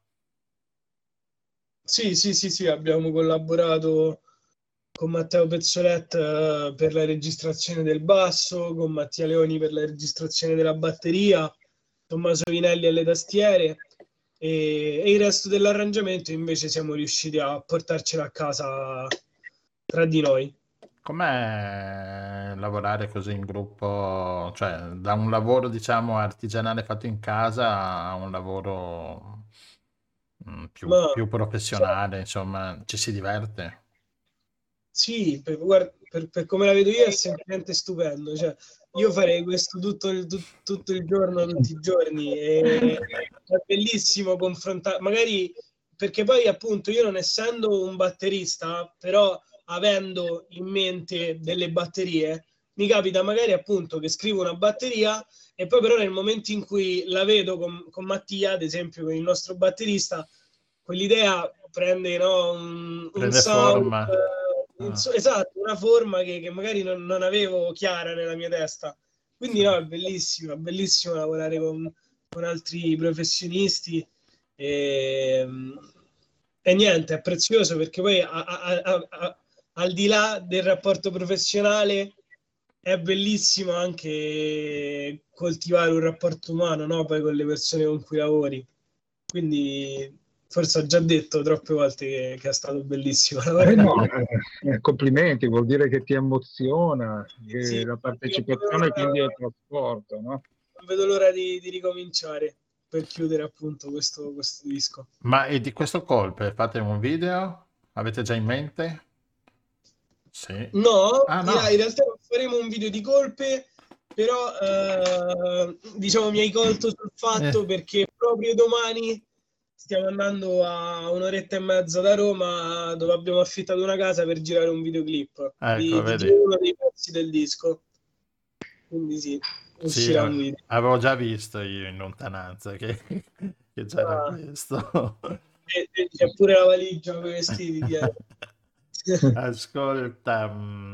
J: Sì, abbiamo collaborato con Matteo Pezzolet per la registrazione del basso, con Mattia Leoni per la registrazione della batteria, Tommaso Vinelli alle tastiere e il resto dell'arrangiamento invece siamo riusciti a portarcelo a casa tra di noi.
B: Com'è lavorare così in gruppo, cioè da un lavoro diciamo artigianale fatto in casa a un lavoro
J: Ma
B: più
J: cioè,
B: professionale, insomma, ci si diverte?
J: sì, per come la vedo io è semplicemente stupendo. Cioè, io farei questo tutto il giorno, tutti i giorni. E è bellissimo confrontare, magari perché poi appunto io non essendo un batterista, però avendo in mente delle batterie, mi capita magari appunto che scrivo una batteria e poi però nel momento in cui la vedo con Mattia, ad esempio con il nostro batterista, quell'idea prende, no, un
B: Prende
J: sound,
B: forma.
J: esatto, una forma che magari non avevo chiara nella mia testa. Quindi no, è bellissimo lavorare con altri professionisti e niente, è prezioso perché poi al di là del rapporto professionale è bellissimo anche coltivare un rapporto umano, no? Poi con le persone con cui lavori. Quindi forse ho già detto troppe volte che è stato bellissimo lavorare
F: No,
J: con
F: complimenti, vuol dire che ti emoziona, che
J: sì,
F: la partecipazione quindi è il trasporto, no?
J: non vedo l'ora di ricominciare per chiudere appunto questo disco.
B: Ma e di questo Colpe fate un video? Avete già in mente? Sì.
J: No,
B: Ah
J: in
B: no.
J: realtà non faremo un video di colpe, però diciamo mi hai colto sul fatto perché proprio domani stiamo andando a un'oretta e mezza da Roma dove abbiamo affittato una casa per girare un videoclip
B: Ecco,
J: di
B: vedi.
J: uno dei pezzi del disco. Quindi sì,
B: Sì,
J: uscirà un video.
B: avevo già visto io in lontananza che c'era
J: Ah,
B: questo.
J: e c'è pure la valigia con i vestiti dietro.
B: Ascolta,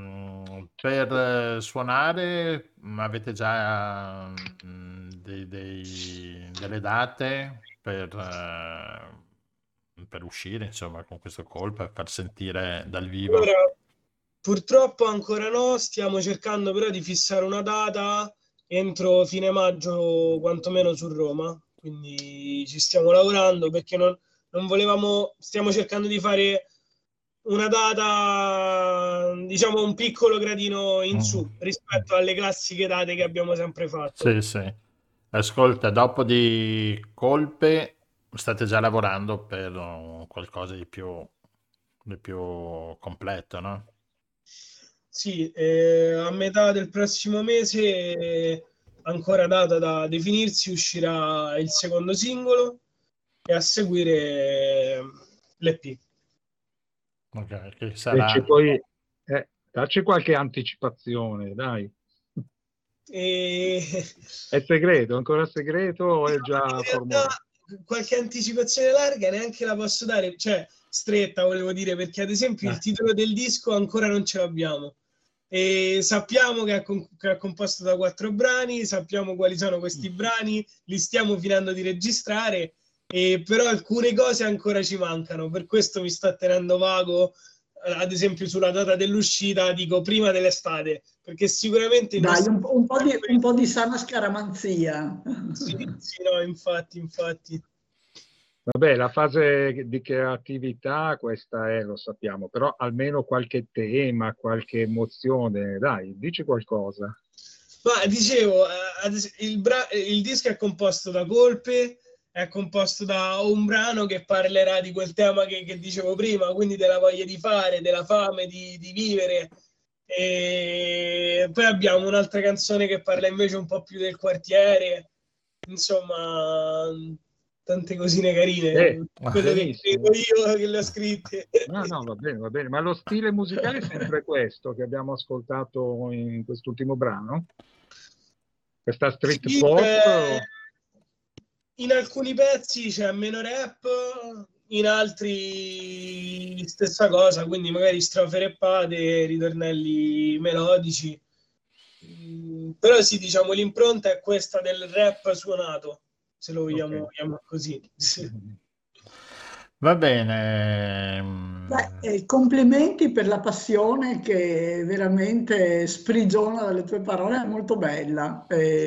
B: per suonare avete già delle date per uscire, insomma, con questo colpo e far sentire dal vivo?
J: Allora, purtroppo ancora no, stiamo cercando però di fissare una data entro fine maggio, quantomeno su Roma. Quindi ci stiamo lavorando perché non volevamo, stiamo cercando di fare una data, diciamo, un piccolo gradino in su rispetto alle classiche date che abbiamo sempre fatto.
B: Sì, sì. Ascolta, dopo di Colpe state già lavorando per qualcosa di più completo, no?
J: Sì, a metà del prossimo mese, ancora data da definirsi, uscirà il secondo singolo e a seguire l'EP.
B: Ok, che
F: E
B: sarà...
F: poi, dacci qualche anticipazione, dai.
J: E...
F: È segreto, ancora segreto o è già
J: In realtà
F: formulato?
J: qualche anticipazione larga neanche la posso dare, cioè stretta volevo dire, perché ad esempio il titolo del disco ancora non ce l'abbiamo. E sappiamo che è composto da 4 brani, sappiamo quali sono questi brani, li stiamo finendo di registrare, però alcune cose ancora ci mancano, per questo mi sto tenendo vago, ad esempio sulla data dell'uscita, dico prima dell'estate, perché sicuramente...
C: Dai, un po' di sana scaramanzia.
J: Sì, no, infatti.
F: Vabbè, la fase di creatività questa è, lo sappiamo, però almeno qualche tema, qualche emozione, dai, dici qualcosa.
J: Ma dicevo, il disco è composto da colpe, è composto da un brano che parlerà di quel tema che dicevo prima, quindi della voglia di fare, della fame di vivere. E poi abbiamo un'altra canzone che parla invece un po' più del quartiere. Insomma, tante cosine carine, quello che
F: benissimo.
J: credo io che le ho scritte.
F: No, va bene, ma lo stile musicale è sempre questo che abbiamo ascoltato in quest'ultimo brano? Questa street
J: Sì,
F: pop?
J: in alcuni pezzi c'è meno rap, in altri stessa cosa, quindi magari strofe rappate, ritornelli melodici. Però sì, diciamo, l'impronta è questa del rap suonato, se lo vogliamo chiamare così.
B: Va bene.
C: Beh, complimenti per la passione che veramente sprigiona dalle tue parole, è molto bella.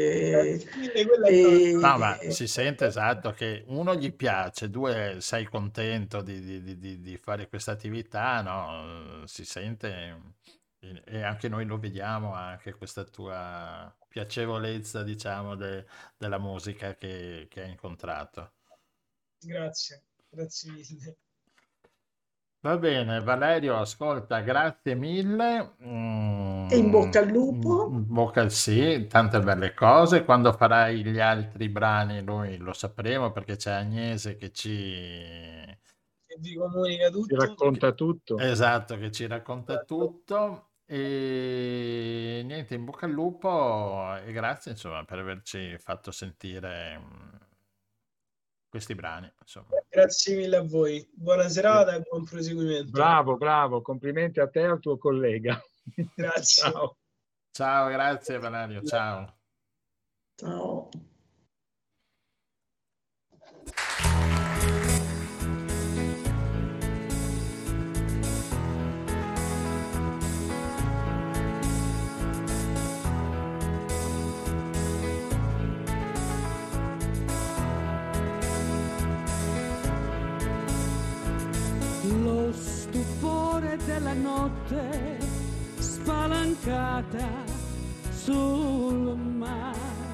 B: No, ma si sente esatto che uno gli piace, due sei contento di fare questa attività, no? Si sente e anche noi lo vediamo, anche questa tua piacevolezza, diciamo, della musica che hai incontrato.
J: Grazie mille.
C: Va
B: bene, Valerio, ascolta, grazie mille.
C: E in bocca al lupo.
B: In bocca sì, tante belle cose. Quando farai gli altri brani noi lo sapremo perché c'è Agnese che
J: vi comunica tutto.
F: Ci racconta tutto.
B: Esatto, che ci racconta tutto. E niente, in bocca al lupo e grazie insomma per averci fatto sentire questi brani. Insomma.
J: Grazie mille a voi, buona serata e buon proseguimento.
F: Bravo, complimenti a te e al tuo collega.
J: Grazie.
B: Ciao, grazie Valerio, ciao.
C: Ciao.
K: Lo stupore della notte spalancata sul mare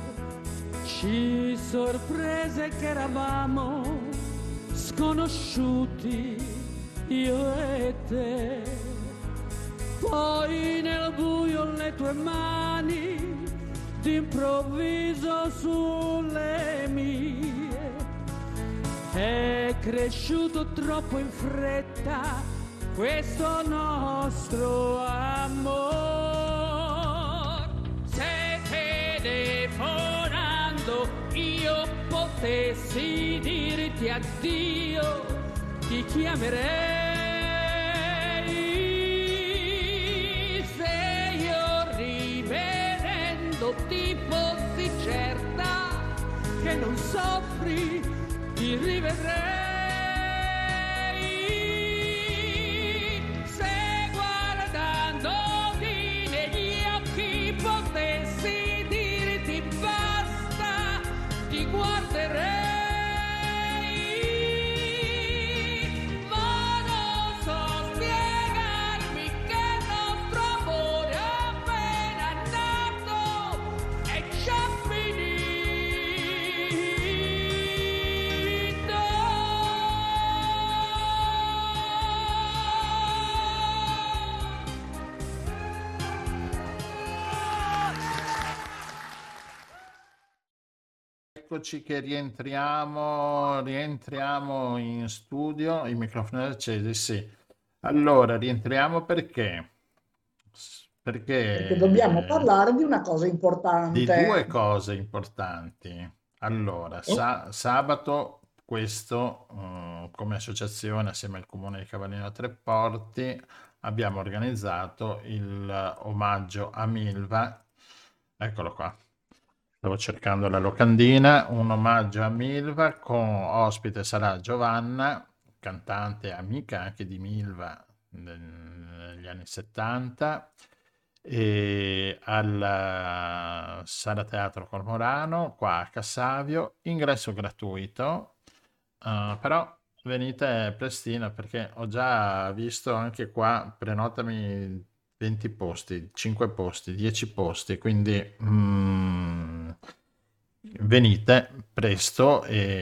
K: ci sorprese che eravamo sconosciuti io e te. Poi nel buio le tue mani d'improvviso sulle mie. È cresciuto troppo in fretta questo nostro amor. Se telefonando io potessi dirti addio, ti chiamerei. Se io rivedendo ti fossi certa che non soffri, ti rivedrei. Se guardandoti negli occhi potessi dirti basta, ti guarderei. Ma non so spiegarmi che il nostro amore appena nato è già finito.
B: Eccoci che rientriamo in studio, i microfoni accesi, sì. Allora, rientriamo perché
C: dobbiamo parlare di una cosa importante.
B: Di due cose importanti. Allora, sabato questo, come associazione assieme al Comune di Cavallino Tre Porti, abbiamo organizzato il omaggio a Milva. Eccolo qua. Stavo cercando la locandina, un omaggio a Milva con ospite sarà Giovanna, cantante amica anche di Milva negli anni 70, e al Sala Teatro Cormorano, qua a Cassavio, ingresso gratuito, però venite prestino perché ho già visto anche qua, prenotami 20 posti, 5 posti, 10 posti, quindi venite presto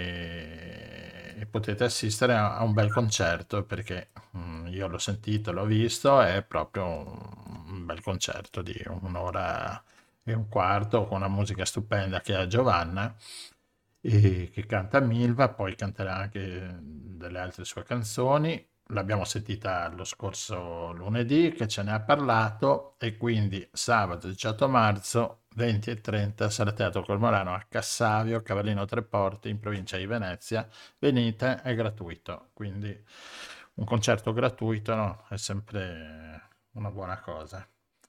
B: e potete assistere a un bel concerto perché io l'ho sentito, l'ho visto, è proprio un bel concerto di 1 ora e un quarto con una musica stupenda che ha Giovanna e che canta Milva, poi canterà anche delle altre sue canzoni. L'abbiamo sentita lo scorso lunedì che ce ne ha parlato e quindi sabato 18 marzo 20:30 sarà Teatro Cormorano a Cassavio, Cavallino Tre Porti, in provincia di Venezia. Venite, è gratuito, quindi un concerto gratuito, no? È sempre una buona cosa.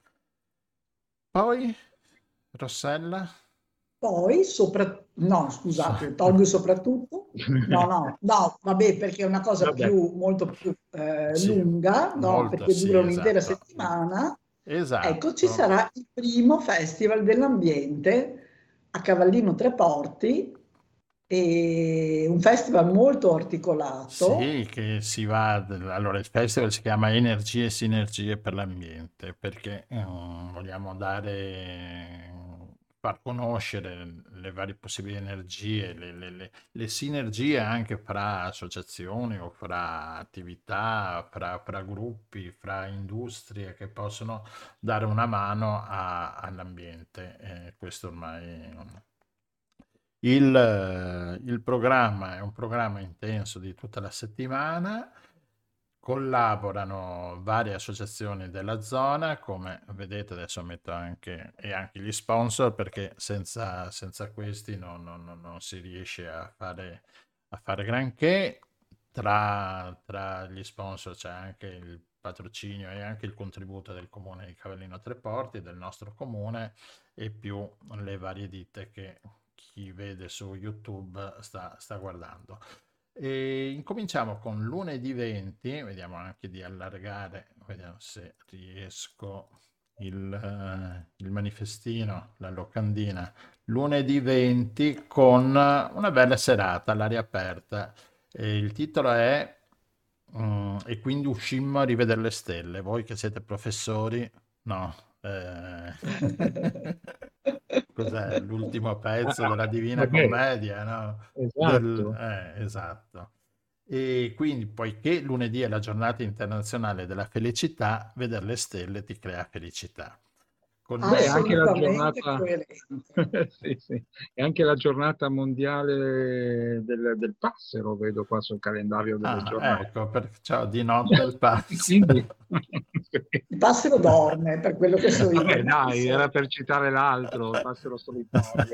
B: Poi, Rossella?
C: Poi, no, scusate, tolgo soprattutto. No, vabbè, perché è una cosa
F: Vabbè.
C: molto più
B: Sì,
C: lunga, no?
B: molto,
C: Perché
B: sì,
C: dura un'intera
B: esatto.
C: settimana. Ecco, ci
B: Esatto.
C: sarà il primo Festival dell'Ambiente a Cavallino Tre Porti, e un festival molto articolato.
B: Sì, che si va. Allora, il festival si chiama Energie e Sinergie per l'Ambiente perché vogliamo far conoscere le varie possibili energie, le sinergie anche fra associazioni o fra attività, fra gruppi, fra industrie che possono dare una mano all'ambiente. Questo ormai. Il programma è un programma intenso di tutta la settimana, collaborano varie associazioni della zona, come vedete adesso metto anche, e anche gli sponsor, perché senza questi non si riesce a fare granché. Tra gli sponsor c'è anche il patrocinio e anche il contributo del comune di Cavallino Tre Porti, del nostro comune, e più le varie ditte che chi vede su YouTube sta guardando. E incominciamo con lunedì 20, vediamo anche di allargare, vediamo se riesco il manifestino, la locandina. Lunedì 20 con una bella serata all'aria aperta. E il titolo è E quindi uscimmo a rivedere le stelle. Voi che siete professori, no. Cos'è l'ultimo pezzo della Divina
F: Vabbè,
B: Commedia, no?
F: esatto.
B: Esatto. E quindi, poiché lunedì è la giornata internazionale della felicità, vedere le stelle ti crea felicità.
F: Beh, anche la
C: Assolutamente
F: giornata,
C: coerente.
F: sì, sì. E anche la giornata mondiale del passero, vedo qua sul calendario delle giornate.
B: Ecco, perciò di notte il
F: Quindi,
C: Il passero dorme, per quello che so io.
F: vabbè, dai, era per citare l'altro, il passero solitario.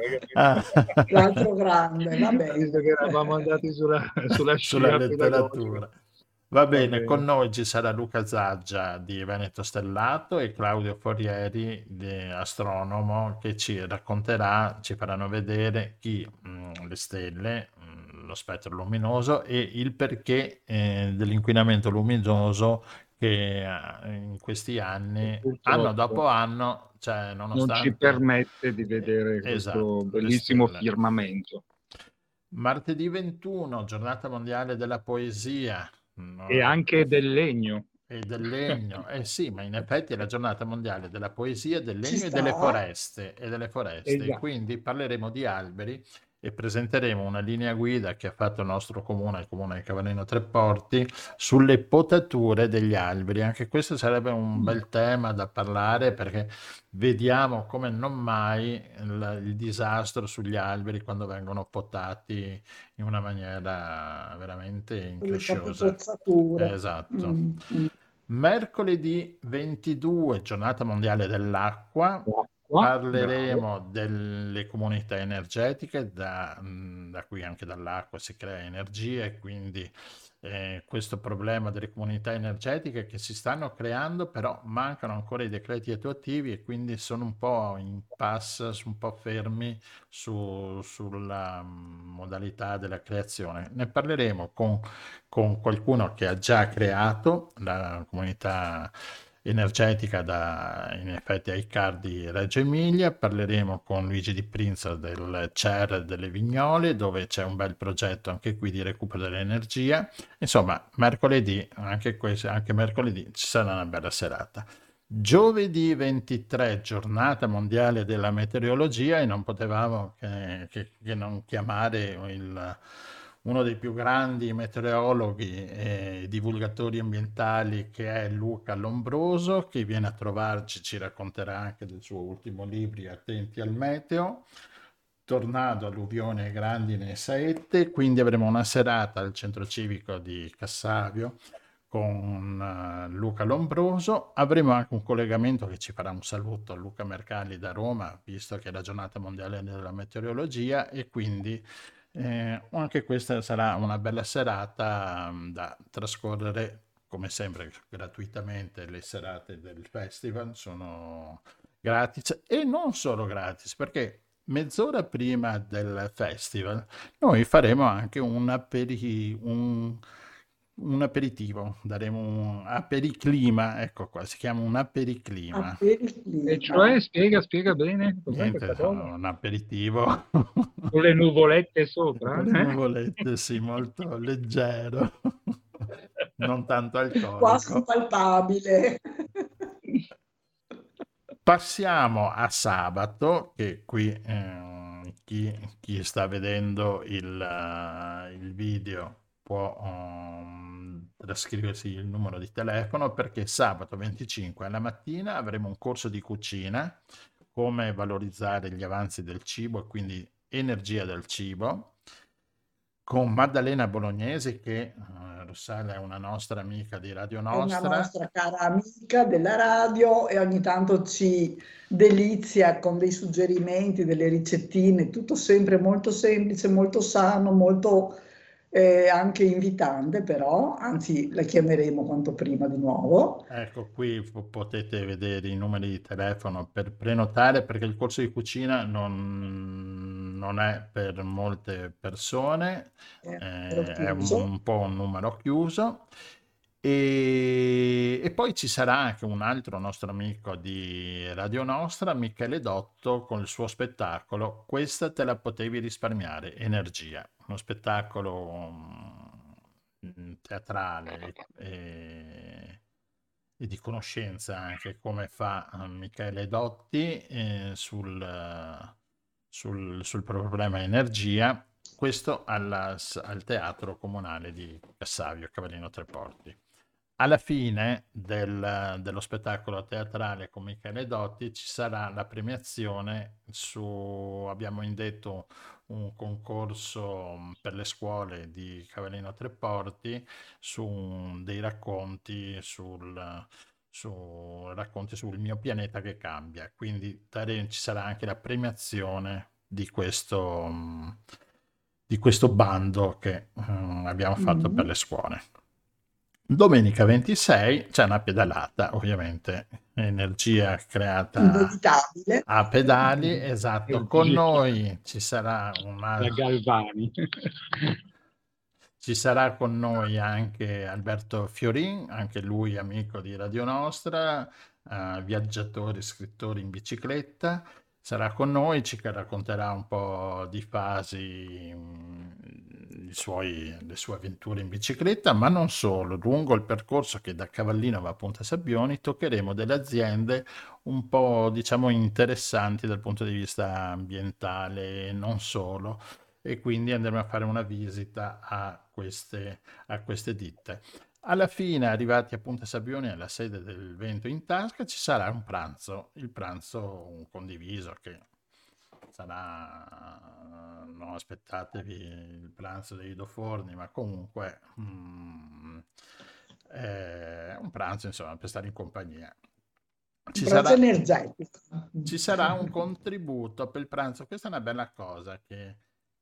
C: L'altro grande, va bene.
F: Visto che eravamo andati sulla
B: sulla
F: scia
B: letteratura.
F: pedagogica.
B: Va bene, con noi ci sarà Luca Zaggia di Veneto Stellato e Claudio Forieri, astronomo, che ci racconterà, ci faranno vedere le stelle, lo spettro luminoso e il perché dell'inquinamento luminoso che in questi anni, anno dopo
F: Purtroppo
B: anno, cioè
F: non ci
B: nonostante.
F: permette di vedere
B: Esatto,
F: questo
B: le
F: bellissimo
B: stelle.
F: firmamento.
B: Martedì 21, giornata mondiale della poesia.
F: E anche del legno.
B: E del legno. Eh sì, ma in effetti è la giornata mondiale della poesia, del
C: Ci
B: legno e delle
C: sta.
B: foreste. E
F: Esatto.
B: quindi parleremo di alberi e presenteremo una linea guida che ha fatto il nostro comune, il comune di Cavallino Tre Porti, sulle potature degli alberi. Anche questo sarebbe un bel tema da parlare perché vediamo come non mai il disastro sugli alberi quando vengono potati in una maniera veramente
C: Quelle troppe
B: incresciosa.
C: pozzature.
B: Esatto. Mercoledì 22, giornata mondiale dell'acqua. Parleremo delle comunità energetiche, da cui anche dall'acqua si crea energia e quindi questo problema delle comunità energetiche che si stanno creando, però mancano ancora i decreti attuativi e quindi sono un po' in pass, un po' fermi sulla modalità della creazione. Ne parleremo con qualcuno che ha già creato la comunità energetica in effetti ai CAR di Reggio Emilia. Parleremo con Luigi Di Prinzo del CER delle Vignole, dove c'è un bel progetto anche qui di recupero dell'energia. Insomma, mercoledì, anche mercoledì ci sarà una bella serata. Giovedì 23, giornata mondiale della meteorologia, e non potevamo che non chiamare uno dei più grandi meteorologhi e divulgatori ambientali, che è Luca Lombroso, che viene a trovarci, ci racconterà anche del suo ultimo libro, Attenti al meteo. tornado, alluvioni e grandine e saette, quindi avremo una serata al centro civico di Cassavio con Luca Lombroso. Avremo anche un collegamento che ci farà un saluto a Luca Mercalli da Roma, visto che è la giornata mondiale della meteorologia, e quindi anche questa sarà una bella serata da trascorrere, come sempre, gratuitamente. Le serate del festival sono gratis, e non solo gratis, perché mezz'ora prima del festival noi faremo anche un aperitivo, daremo un apericlima, ecco qua, si chiama un apericlima.
F: E cioè, spiega bene cos'è
B: Niente,
F: questa cosa?
B: un aperitivo
F: Con le nuvolette sopra?
B: con le nuvolette, sì, molto leggero, non tanto
C: Quasi
B: alcolico.
C: palpabile.
B: Passiamo a sabato, che qui chi sta vedendo il video può trascriversi il numero di telefono, perché sabato 25 alla mattina avremo un corso di cucina, come valorizzare gli avanzi del cibo e quindi energia del cibo, con Maddalena Bolognesi, che Rossella è una nostra amica di Radio
C: È una
B: Nostra.
C: nostra cara amica della radio e ogni tanto ci delizia con dei suggerimenti, delle ricettine, tutto sempre molto semplice, molto sano, molto anche invitante, però, anzi la chiameremo quanto prima di nuovo.
B: Ecco, qui potete vedere i numeri di telefono per prenotare, perché il corso di cucina non è per molte persone, è un po' un numero chiuso. E poi ci sarà anche un altro nostro amico di Radio Nostra, Michele Dotto, con il suo spettacolo Questa te la potevi risparmiare, Energia, uno spettacolo teatrale e di conoscenza anche, come fa Michele Dotti sul problema energia, questo al Teatro Comunale di Cassavio, Cavallino Treporti. Alla fine dello spettacolo teatrale con Michele Dotti ci sarà la premiazione abbiamo indetto un concorso per le scuole di Cavallino Treporti su dei racconti racconti sul mio pianeta che cambia, quindi ci sarà anche la premiazione di questo bando che abbiamo fatto per le scuole. Domenica 26 c'è una pedalata, ovviamente, energia creata
C: Inevitabile.
B: a pedali, esatto. Con noi ci sarà
F: La Galvani.
B: Ci sarà con noi anche Alberto Fiorin, anche lui amico di Radio Nostra, viaggiatore, scrittore in bicicletta. Sarà con noi, ci racconterà un po' di fasi, le sue avventure in bicicletta, ma non solo. Lungo il percorso che da Cavallino va a Ponte Sabbioni toccheremo delle aziende un po', diciamo, interessanti dal punto di vista ambientale e non solo, e quindi andremo a fare una visita a queste ditte. Alla fine, arrivati a Ponte Sabbioni, alla sede del Vento in Tasca, ci sarà un pranzo, il pranzo condiviso, che sarà, non aspettatevi il pranzo dei Doforni, ma comunque un pranzo, insomma, per stare in compagnia.
C: Energetico.
B: Ci sarà un contributo per il pranzo. Questa è una bella cosa che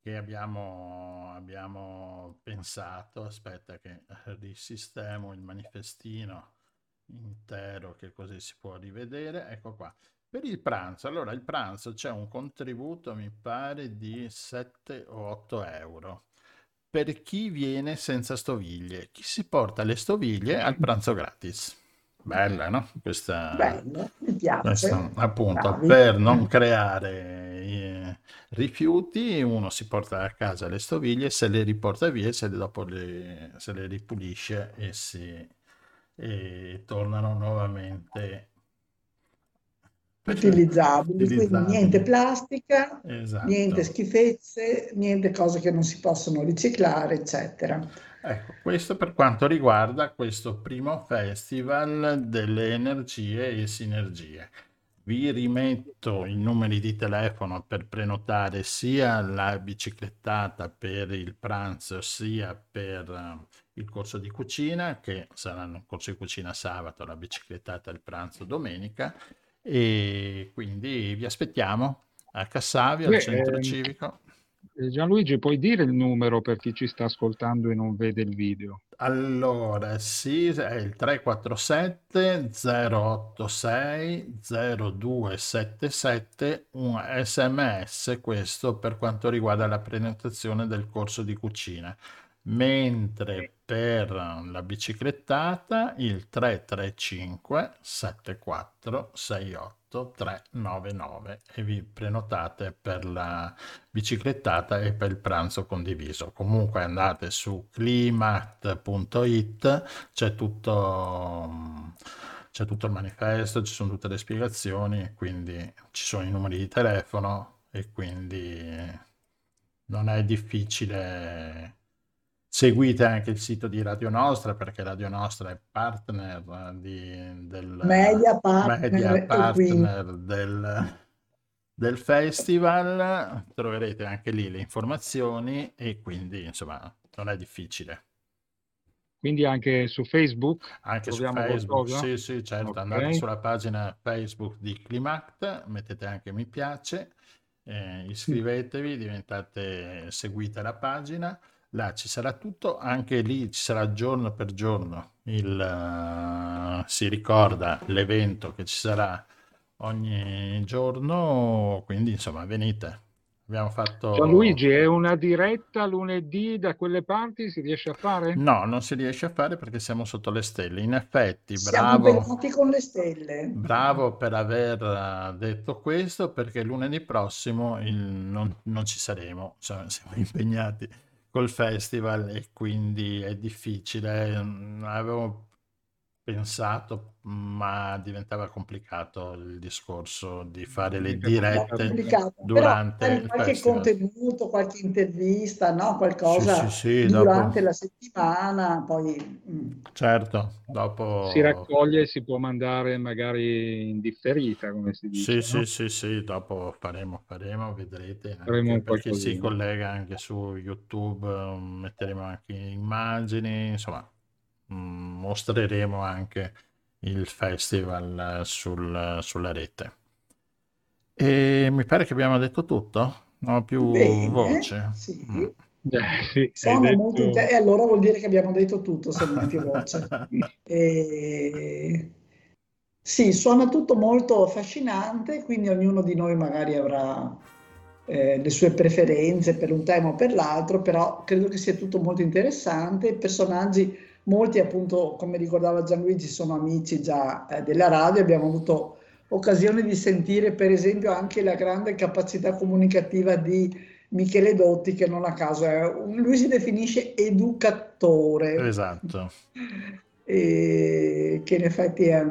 B: abbiamo pensato. Aspetta che risistemo il manifestino intero, che così si può rivedere. Ecco qua. Per il pranzo, allora il pranzo c'è un contributo, mi pare, di 7 o 8 euro. Per chi viene senza stoviglie, chi si porta le stoviglie al pranzo gratis. Bella, no?
C: Bello, mi piace.
B: Appunto,
C: Bravi.
B: per non creare rifiuti, uno si porta a casa le stoviglie, se le riporta via, se le ripulisce e tornano nuovamente
C: Utilizzabili, quindi niente plastica,
B: esatto.
C: Niente schifezze, niente cose che non si possono riciclare, eccetera.
B: Ecco, questo per quanto riguarda questo primo festival delle energie e sinergie. Vi rimetto i numeri di telefono per prenotare sia la biciclettata per il pranzo sia per il corso di cucina, che saranno il corso di cucina sabato, la biciclettata e il pranzo domenica, e quindi vi aspettiamo a Cassavio, al centro civico.
F: Gianluigi, puoi dire il numero per chi ci sta ascoltando e non vede il video?
B: Allora, sì, è il 347 086 0277, un SMS questo per quanto riguarda la prenotazione del corso di cucina, mentre per la biciclettata il 335 74 68 399 e vi prenotate per la biciclettata e per il pranzo condiviso. Comunque andate su climat.it, c'è tutto il manifesto, ci sono tutte le spiegazioni, quindi ci sono i numeri di telefono e quindi non è difficile. Seguite anche il sito di Radio Nostra, perché Radio Nostra è partner
C: media partner
B: del festival. Troverete anche lì le informazioni e quindi insomma non è difficile.
F: Quindi anche su Facebook?
B: Anche su Facebook, sì, certo. Okay. Andate sulla pagina Facebook di Climact, mettete anche mi piace, iscrivetevi, seguite la pagina. Là ci sarà tutto, anche lì ci sarà giorno per giorno si ricorda l'evento che ci sarà ogni giorno, quindi insomma venite. Abbiamo fatto...
F: Gianluigi, è una diretta lunedì da quelle parti? Si riesce a fare?
B: No, non si riesce a fare perché siamo sotto le stelle. In effetti,
C: siamo impegnati con le stelle.
B: Bravo per aver detto questo, perché lunedì prossimo non ci saremo, cioè, siamo impegnati col festival e quindi è difficile. Avevo pensato, ma diventava complicato il discorso di fare le dirette durante il
C: qualche
B: festival.
C: Contenuto, qualche intervista, no? Qualcosa durante la settimana, poi
B: certo, dopo
F: si raccoglie e si può mandare magari in differita, come si dice.
B: Sì, dopo faremo, vedrete, anche per chi si collega anche su YouTube, metteremo anche immagini, insomma mostreremo anche il festival sulla rete. E mi pare che abbiamo detto tutto, non ho più voce.
C: Sì. Sono molto e allora vuol dire che abbiamo detto tutto, se non hai più voce. Sì, suona tutto molto affascinante, quindi ognuno di noi magari avrà le sue preferenze per un tema o per l'altro, però credo che sia tutto molto interessante. I personaggi, molti appunto, come ricordava Gianluigi, sono amici già della radio. Abbiamo avuto occasione di sentire per esempio anche la grande capacità comunicativa di Michele Dotti, che non a caso lui si definisce educatore.
B: Esatto.
C: E che in effetti è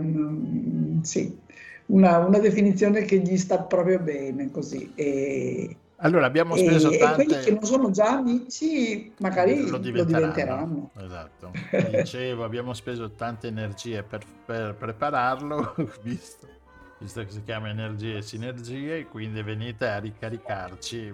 C: una definizione che gli sta proprio bene così.
B: Allora abbiamo speso tante...
C: E quelli che non sono già amici magari lo diventeranno.
B: Esatto. Dicevo, abbiamo speso tante energie per prepararlo, visto che si chiama Energie e Sinergie, quindi venite a ricaricarci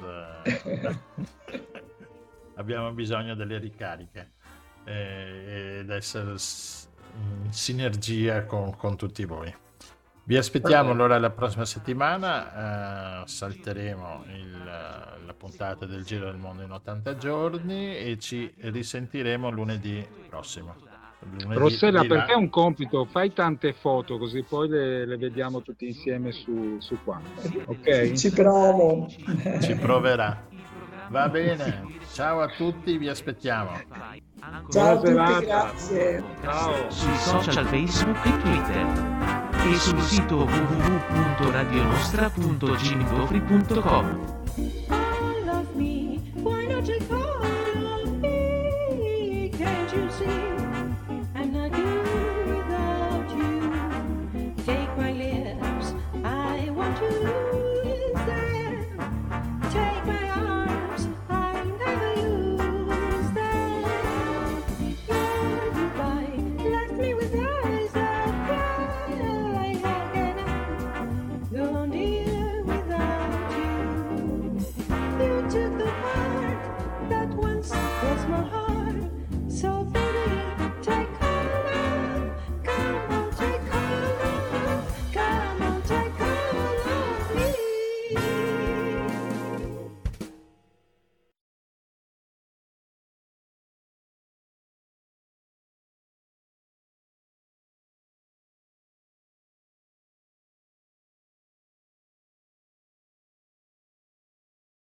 B: abbiamo bisogno delle ricariche ed essere in sinergia con tutti voi. Vi aspettiamo allora la prossima settimana, salteremo la puntata del Giro del Mondo in 80 giorni e ci risentiremo lunedì prossimo.
F: Rossella, per te è un compito, fai tante foto così poi le vediamo tutti insieme su qua, ok?
C: Ci provo.
B: Ci proverà. Va bene, ciao a tutti, vi aspettiamo.
C: Ciao a tutti, grazie.
F: Ciao.
L: Sui social Facebook e Twitter e sul sito www.radionostra.gmindofri.com.
K: Buondì